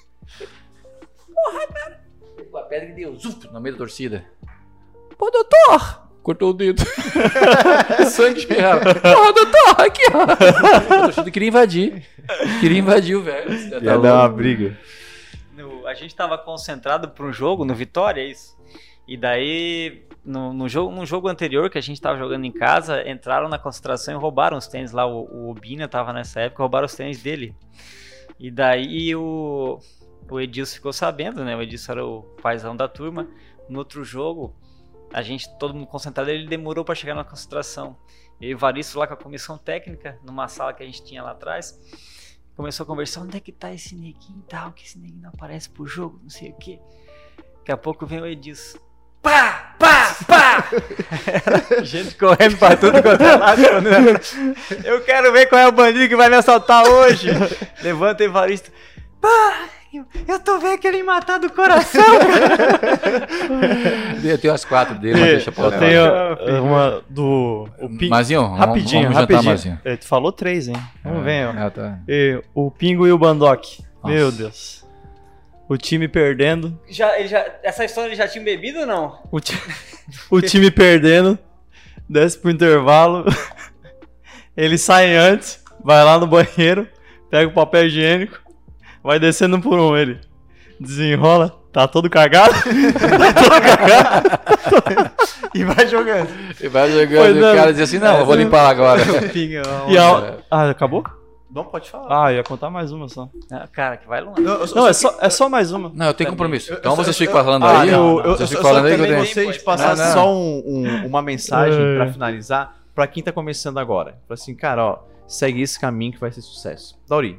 Porra, cara! Pegou a pedra e deu zuf, no meio da torcida. Pô, doutor! Cortou o dedo. Sangue espirrava. Porra, doutor, aqui, ó. A torcida queria invadir. Queria invadir o velho. Tá Ia dar louco. uma briga. No- a gente tava concentrado para um jogo no Vitória, é isso. E daí, no, no jogo, no jogo anterior que a gente tava jogando em casa, entraram na concentração e roubaram os tênis lá. O, o Obina tava nessa época, roubaram os tênis dele. E daí o, o Edilson ficou sabendo, né? O Edilson era o paizão da turma. No outro jogo, a gente, todo mundo concentrado, ele demorou para chegar na concentração. Eu e o Evaristo lá com a comissão técnica, numa sala que a gente tinha lá atrás, começou a conversar, onde é que tá esse neguinho e tal, que esse neguinho não aparece pro jogo, não sei o que. Daqui a pouco vem o Edilson. Pá, pá, pá! Gente correndo pra tudo quanto é lado. Eu quero ver qual é o bandido que vai me assaltar hoje. Levanta o Evaristo. Pá, eu, eu tô vendo que ele matar do coração, cara. Eu tenho as quatro dele, mas deixa pra Eu outra. tenho uma do. O Pin- Mazinho, vamos- rapidinho, vamos jantar, rapidinho. Mazinho. É, tu falou três, hein? Vamos ver, ó. Ah, tá. E o Pingo e o Bandock. Nossa. Meu Deus. O time perdendo. Já, ele já, essa história ele já tinha bebido ou não? O, ti- o time perdendo. Desce pro intervalo. Ele sai antes. Vai lá no banheiro. Pega o papel higiênico. Vai descendo por um ele. Desenrola. Tá todo cagado. Tá todo cagado. E vai jogando. E vai jogando Pois e não. o cara diz assim, não, eu vou limpar agora. E a... Ah, acabou? Não pode falar. Ah, eu ia contar mais uma só. Ah, cara, que vai longe. Não, eu só- Não, eu é só só, é só mais uma. Não, eu tenho Também. compromisso. Eu- eu Então só- vocês eu- ficam falando Ah, aí. eu, eu, eu, vocês eu ficam só falando aí que eu também tenho- vocês passar Não, não. só um- um- uma mensagem É. pra finalizar pra quem tá começando agora. Fala assim, cara, ó, segue esse caminho que vai ser sucesso. Dauri,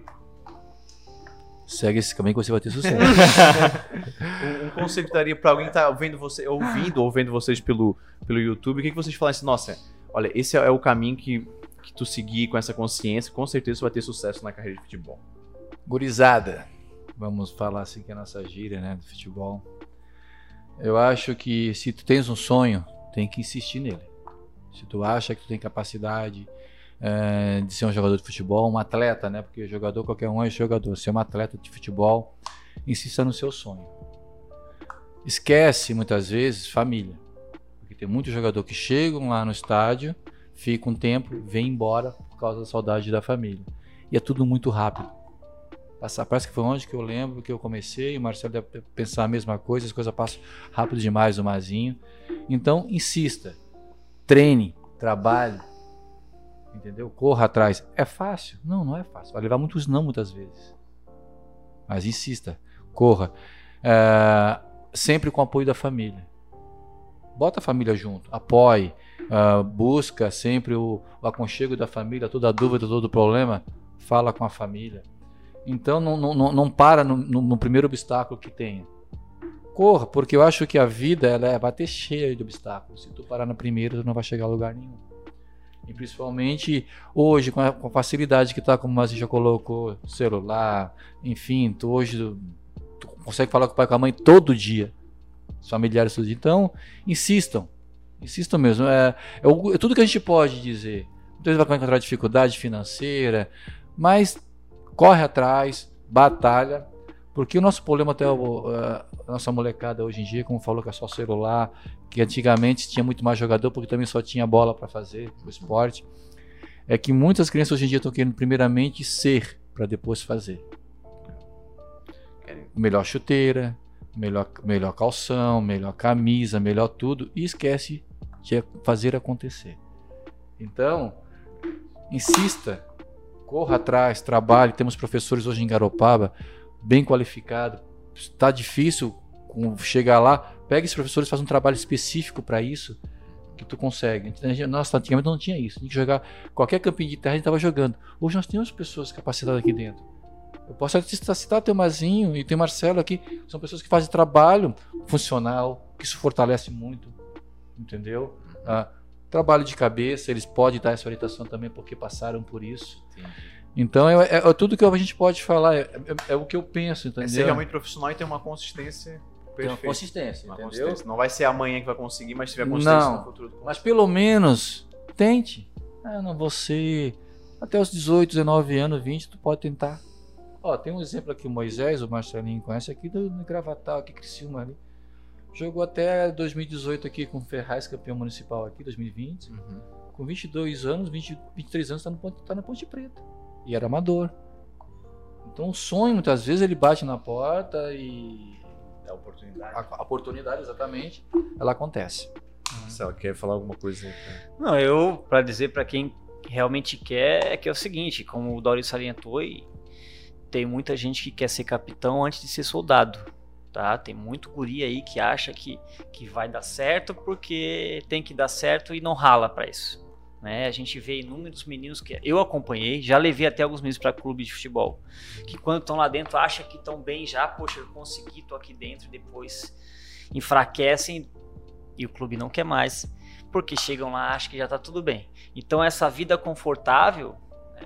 Segue esse caminho que você vai ter sucesso. um, um conselho que daria pra alguém que tá vendo você, ouvindo ou vendo vocês pelo, pelo YouTube, o que, que vocês falam assim, nossa, olha, esse é o caminho que, que tu seguir com essa consciência, com certeza tu vai ter sucesso na carreira de futebol. Gurizada, vamos falar assim que é a nossa gíria, né, do futebol. Eu acho que se tu tens um sonho, tem que insistir nele. Se tu acha que tu tem capacidade é, de ser um jogador de futebol, um atleta, né, porque jogador qualquer um é jogador, ser um atleta de futebol, insista no seu sonho. Esquece muitas vezes família, porque tem muito jogador que chegam lá no estádio, fica um tempo, vem embora por causa da saudade da família. E é tudo muito rápido. Passa- Parece que foi onde que eu lembro que eu comecei, o Marcelo deve pensar a mesma coisa, as coisas passam rápido demais no Mazinho. Então, insista, treine, trabalhe, entendeu? Corra atrás. É fácil? Não, não é fácil. Vai levar muitos não muitas vezes. Mas insista, corra. É, sempre com o apoio da família. Bota a família junto, apoie, uh, busca sempre o, o aconchego da família, toda dúvida, todo problema, fala com a família. Então não, não, não para no, no, no primeiro obstáculo que tenha. Corra, porque eu acho que a vida ela é bater cheia de obstáculos. Se tu parar no primeiro, tu não vai chegar a lugar nenhum. E principalmente hoje, com a, com a facilidade que está, como o Mazinho já colocou, celular, enfim, tu hoje tu, tu consegue falar com o pai e com a mãe todo dia. Os familiares todo dia. Então, insistam. Insistam mesmo. É, é, o, é tudo que a gente pode dizer. Muitas vezes vai encontrar dificuldade financeira, mas corre atrás, batalha, porque o nosso problema até o, a nossa molecada hoje em dia, como falou que é só celular, que antigamente tinha muito mais jogador porque também só tinha bola para fazer o esporte, é que muitas crianças hoje em dia estão querendo primeiramente ser para depois fazer. Melhor chuteira, melhor, melhor calção, melhor camisa, melhor tudo, e esquece de fazer acontecer. Então, insista, corra atrás, trabalhe. Temos professores hoje em Garopaba bem qualificados. Está difícil chegar lá, pega esses professores, faz um trabalho específico para isso, que tu consegue. Nossa, antigamente não tinha isso. Tinha que jogar qualquer campinho de terra, a gente estava jogando. Hoje nós temos pessoas capacitadas aqui dentro. Eu posso citar o teu Mazinho e o teu Marcelo aqui, são pessoas que fazem trabalho funcional, que isso fortalece muito, entendeu? Ah, trabalho de cabeça, eles podem dar essa orientação também porque passaram por isso. Entendi. Então é, é, é tudo que a gente pode falar, é, é, é o que eu penso, entendeu? É ser realmente profissional e ter uma consistência perfeita. Tem uma consistência, uma entendeu? consistência. Não vai ser amanhã que vai conseguir, mas se tiver consistência Não, no futuro. Tu mas pelo menos tente. Ah, não, você até os dezoito, dezenove anos, vinte, tu pode tentar. Ó, tem um exemplo aqui, o Moisés, o Marcelinho conhece aqui do, do Gravatal, aqui Criciúma ali. Jogou até dois mil e dezoito aqui com o Ferraz, campeão municipal aqui, dois mil e vinte. Uhum. Com vinte e dois anos, vinte, vinte e três anos, tá, no, tá na Ponte Preta. E era amador. Então o sonho, muitas vezes, ele bate na porta e... É a oportunidade. A, a oportunidade, exatamente, ela acontece. Marcelo, quer falar alguma coisa aí? Cara? Não, eu, pra dizer pra quem realmente quer, é que é o seguinte, como o Dauri salientou, e tem muita gente que quer ser capitão antes de ser soldado, tá? Tem muito guri aí que acha que, que vai dar certo porque tem que dar certo e não rala pra isso, né? A gente vê inúmeros meninos que eu acompanhei, já levei até alguns meninos pra clube de futebol, que quando estão lá dentro acham que estão bem já, poxa, eu consegui, tô aqui dentro, e depois enfraquecem e o clube não quer mais, porque chegam lá e acham que já tá tudo bem. Então essa vida confortável,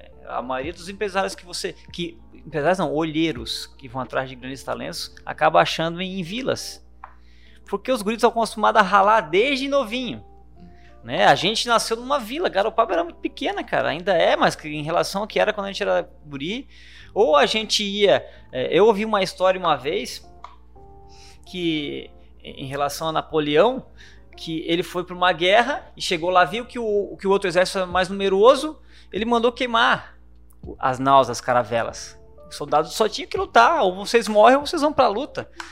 a maioria dos empresários que você, que empresários não, olheiros que vão atrás de grandes talentos, acaba achando em, em vilas, porque os guris estão acostumados a ralar desde novinho, né? A gente nasceu numa vila, Garopaba era muito pequena, cara, ainda é, mas em relação ao que era quando a gente era guri, ou a gente ia, é, eu ouvi uma história uma vez, que em relação a Napoleão, que ele foi para uma guerra e chegou lá, viu que o, que o outro exército era mais numeroso, ele mandou queimar as naus, as caravelas. Os soldados só tinham que lutar, ou vocês morrem ou vocês vão para a luta.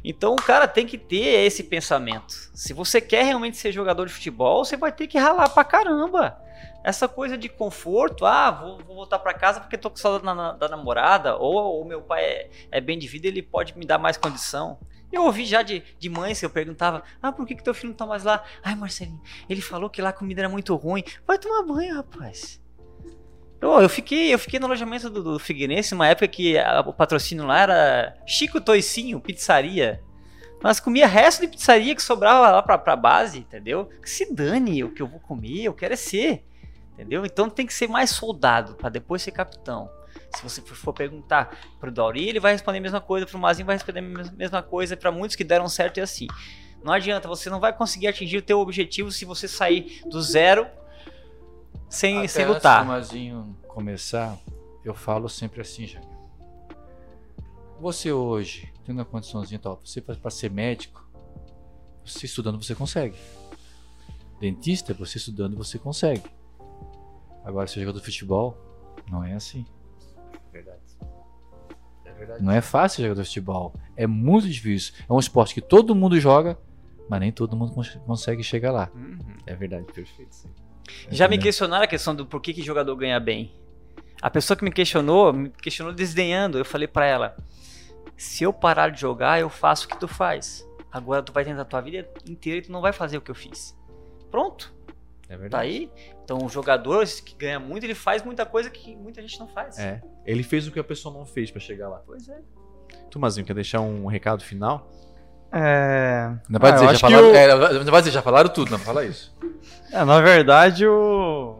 Então o cara tem que ter esse pensamento. Se você quer realmente ser jogador de futebol, você vai ter que ralar pra caramba. Essa coisa de conforto, ah, vou, vou voltar pra casa porque tô com saudade da, da namorada, ou o meu pai é, é bem de vida, ele pode me dar mais condição. Eu ouvi já de, de mães que eu perguntava, ah, por que, que teu filho não tá mais lá? Ai, Marcelinho, ele falou que lá a comida era muito ruim. Vai tomar banho, rapaz. Eu, eu, fiquei, eu fiquei no alojamento do, do Figueirense, uma época que a, o patrocínio lá era Chico Toicinho, pizzaria. Mas comia resto de pizzaria que sobrava lá pra, pra base, entendeu? Que se dane o que eu vou comer, eu quero é ser, entendeu? Então tem que ser mais soldado pra depois ser capitão. Se você for perguntar pro Dauri, ele vai responder a mesma coisa, pro Mazinho vai responder a mesma coisa, pra muitos que deram certo é assim. Não adianta, você não vai conseguir atingir o teu objetivo se você sair do zero sem, Até sem lutar. Antes do Mazinho começar, eu falo sempre assim, Jair. Você hoje, tendo uma condiçãozinha tal, você para ser médico, você estudando você consegue. Dentista, você estudando você consegue. Agora, ser jogador de futebol, não é assim. É verdade. É verdade. Não é fácil ser jogador de futebol. É muito difícil. É um esporte que todo mundo joga, mas nem todo mundo cons- consegue chegar lá. Uhum. É verdade, perfeito. Sim. Já me questionaram a questão do porquê que jogador ganha bem. A pessoa que me questionou, me questionou desdenhando. Eu falei pra ela, se eu parar de jogar, eu faço o que tu faz. Agora tu vai tentar a tua vida inteira e tu não vai fazer o que eu fiz. Pronto. É verdade. Tá aí. Então o jogador que ganha muito, ele faz muita coisa que muita gente não faz. É. Ele fez o que a pessoa não fez pra chegar lá. Pois é. Tu, Mazinho, quer deixar um recado final? É... Não vai Ah, dizer, eu já acho que falaram, o- é, não vai dizer, já falaram tudo, não fala isso. É, na verdade, o...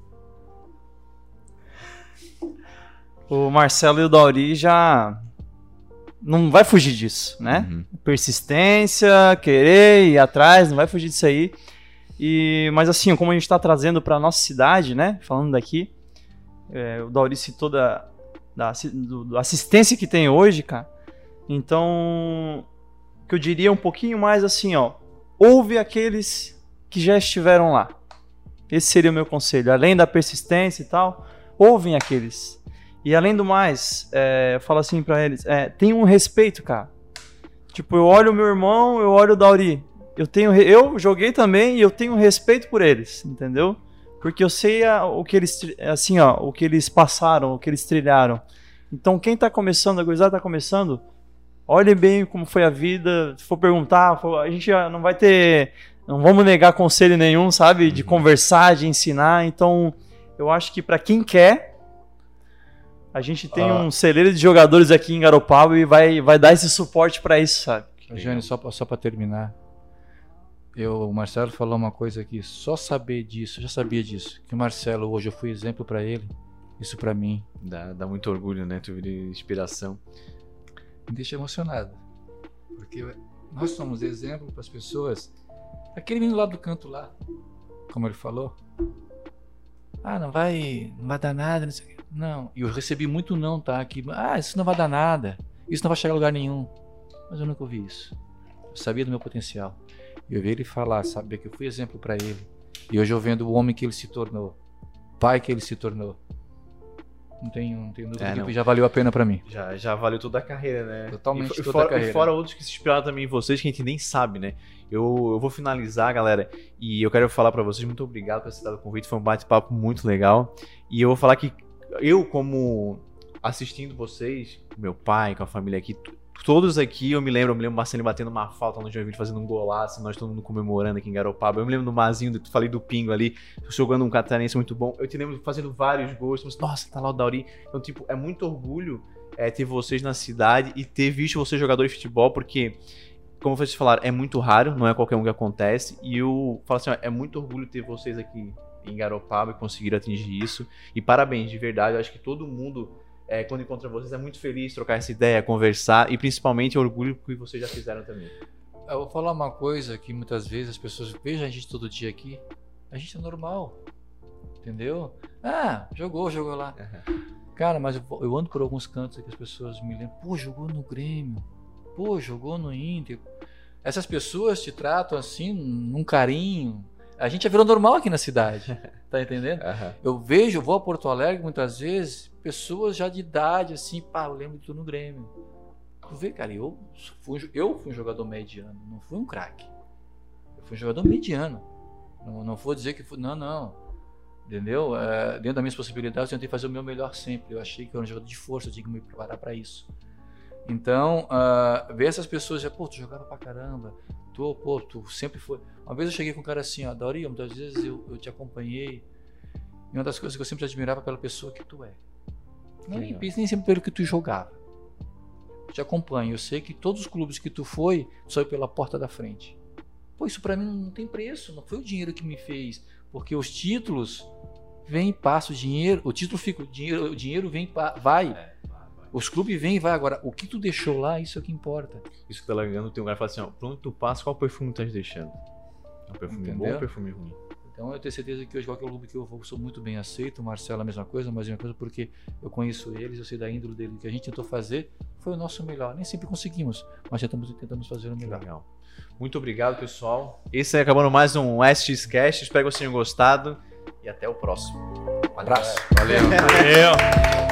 O Marcelo e o Dauri já... Não vai fugir disso, né? Uhum. Persistência, querer ir atrás, não vai fugir disso aí. E, mas assim, como a gente tá trazendo pra nossa cidade, né? Falando daqui, é, o Dauri citou da, da, assi- do- da assistência que tem hoje, cara. Então, o que eu diria um pouquinho mais assim, ó. Ouve aqueles que já estiveram lá. Esse seria o meu conselho. Além da persistência e tal, ouvem aqueles. E além do mais, é, eu falo assim pra eles, é, tenham um respeito, cara. Tipo, eu olho o meu irmão, eu olho o Dauri. Eu, tenho, re- eu joguei também e eu tenho respeito por eles, entendeu? Porque eu sei a- o que eles, tri- assim, ó, o que eles passaram, o que eles trilharam. Então, quem tá começando, a gurizada tá começando, olhe bem como foi a vida. Se for perguntar, for- a gente já não vai ter... Não vamos negar conselho nenhum, sabe? De conversar, de ensinar. Então, eu acho que pra quem quer, a gente tem Ah. um celeiro de jogadores aqui em Garopaba e vai, vai dar esse suporte pra isso, sabe? Jânio, só, pra- só para terminar, eu, o Marcelo falou uma coisa aqui, só saber disso, eu já sabia disso, que o Marcelo hoje eu fui exemplo para ele, isso para mim Dá, dá muito orgulho, né? Tu vira inspiração. me deixa emocionado, porque nós somos exemplo para as pessoas. Aquele menino lá do canto lá, como ele falou, ah, não vai, não vai dar nada, não sei o quê. Não, e eu recebi muito não, tá? Aqui, ah, isso não vai dar nada, isso não vai chegar a lugar nenhum. Mas eu nunca ouvi isso. Eu sabia do meu potencial. Eu vi ele falar, saber que eu fui exemplo para ele. E hoje eu vendo o homem que ele se tornou, pai que ele se tornou. Não tenho, não tenho dúvida É, que não. já valeu a pena para mim. Já, já valeu toda a carreira, né? Totalmente e, fo- e toda a fora, carreira. E fora outros que se inspiraram também em vocês, que a gente nem sabe, né? Eu, eu vou finalizar, galera, e eu quero falar pra vocês, muito obrigado por ter aceitado o convite, foi um bate-papo muito legal. E eu vou falar que eu, como assistindo vocês, meu pai, com a família aqui, t- todos aqui, eu me lembro, eu me lembro do Marcelinho batendo uma falta no Joinville, fazendo um golaço, nós todo mundo comemorando aqui em Garopaba. Eu me lembro do Mazinho, tu falei do Pingo ali, jogando um catarinense muito bom. Eu te lembro fazendo vários gols, mas, nossa, tá lá o Dauri. Então, tipo, é muito orgulho é, ter vocês na cidade e ter visto vocês jogadores de futebol, porque, como vocês falaram, é muito raro, não é qualquer um que acontece. E eu falo assim, ó, é muito orgulho ter vocês aqui em Garopaba e conseguir atingir isso. E parabéns, de verdade, eu acho que todo mundo... É, quando encontra vocês, é muito feliz trocar essa ideia, conversar e principalmente orgulho que vocês já fizeram também. Eu vou falar uma coisa que muitas vezes as pessoas vejam a gente todo dia aqui, a gente é normal, entendeu? Ah, jogou, jogou lá. Cara, mas eu, vou- eu ando por alguns cantos que as pessoas me lembram, pô, jogou no Grêmio, pô, jogou no Inter. Essas pessoas te tratam assim, num carinho. A gente já virou normal aqui na cidade, tá entendendo? Eu vejo, vou a Porto Alegre muitas vezes, pessoas já de idade assim, pá, eu lembro de tu no Grêmio. Tu vê, cara, eu fui, eu fui um jogador mediano, não fui um craque. Eu fui um jogador mediano. Não, não vou dizer que fui. Não, não. Entendeu? É, dentro das minhas possibilidades, eu tentei fazer o meu melhor sempre. Eu achei que eu era um jogador de força, eu tinha que me preparar para isso. Então, uh, ver essas pessoas já, pô, tu jogava pra caramba, tu, pô, tu sempre foi. Uma vez eu cheguei com um cara assim, ó, Dauri, muitas vezes eu, eu te acompanhei, e uma das coisas que eu sempre te admirava pela pessoa que tu é. Não nem, nem sempre pelo que tu jogava. Eu te acompanho, eu sei que todos os clubes que tu foi, saiu pela porta da frente. Pô, isso pra mim não tem preço, não foi o dinheiro que me fez, porque os títulos vêm e passam, o dinheiro, o título fica, o dinheiro, o dinheiro vem e vai. É. Os clubes vêm e vai. Agora, o que tu deixou lá, isso é o que importa. Isso que tá ligando, tem um cara que fala assim, ó, por onde tu passa, qual perfume tu tá deixando? É um perfume Entendeu? bom ou um perfume ruim? Então eu tenho certeza que hoje qualquer clube que eu vou, eu sou muito bem aceito, o Marcelo a mesma coisa, mas a mesma coisa porque eu conheço eles, eu sei da índole dele. O que a gente tentou fazer foi o nosso melhor. Nem sempre conseguimos, mas tentamos, tentamos fazer o melhor. Legal. Muito obrigado, pessoal. Esse é acabando mais um S X Cast. Espero que vocês tenham gostado e até o próximo. Um abraço. Valeu. Valeu.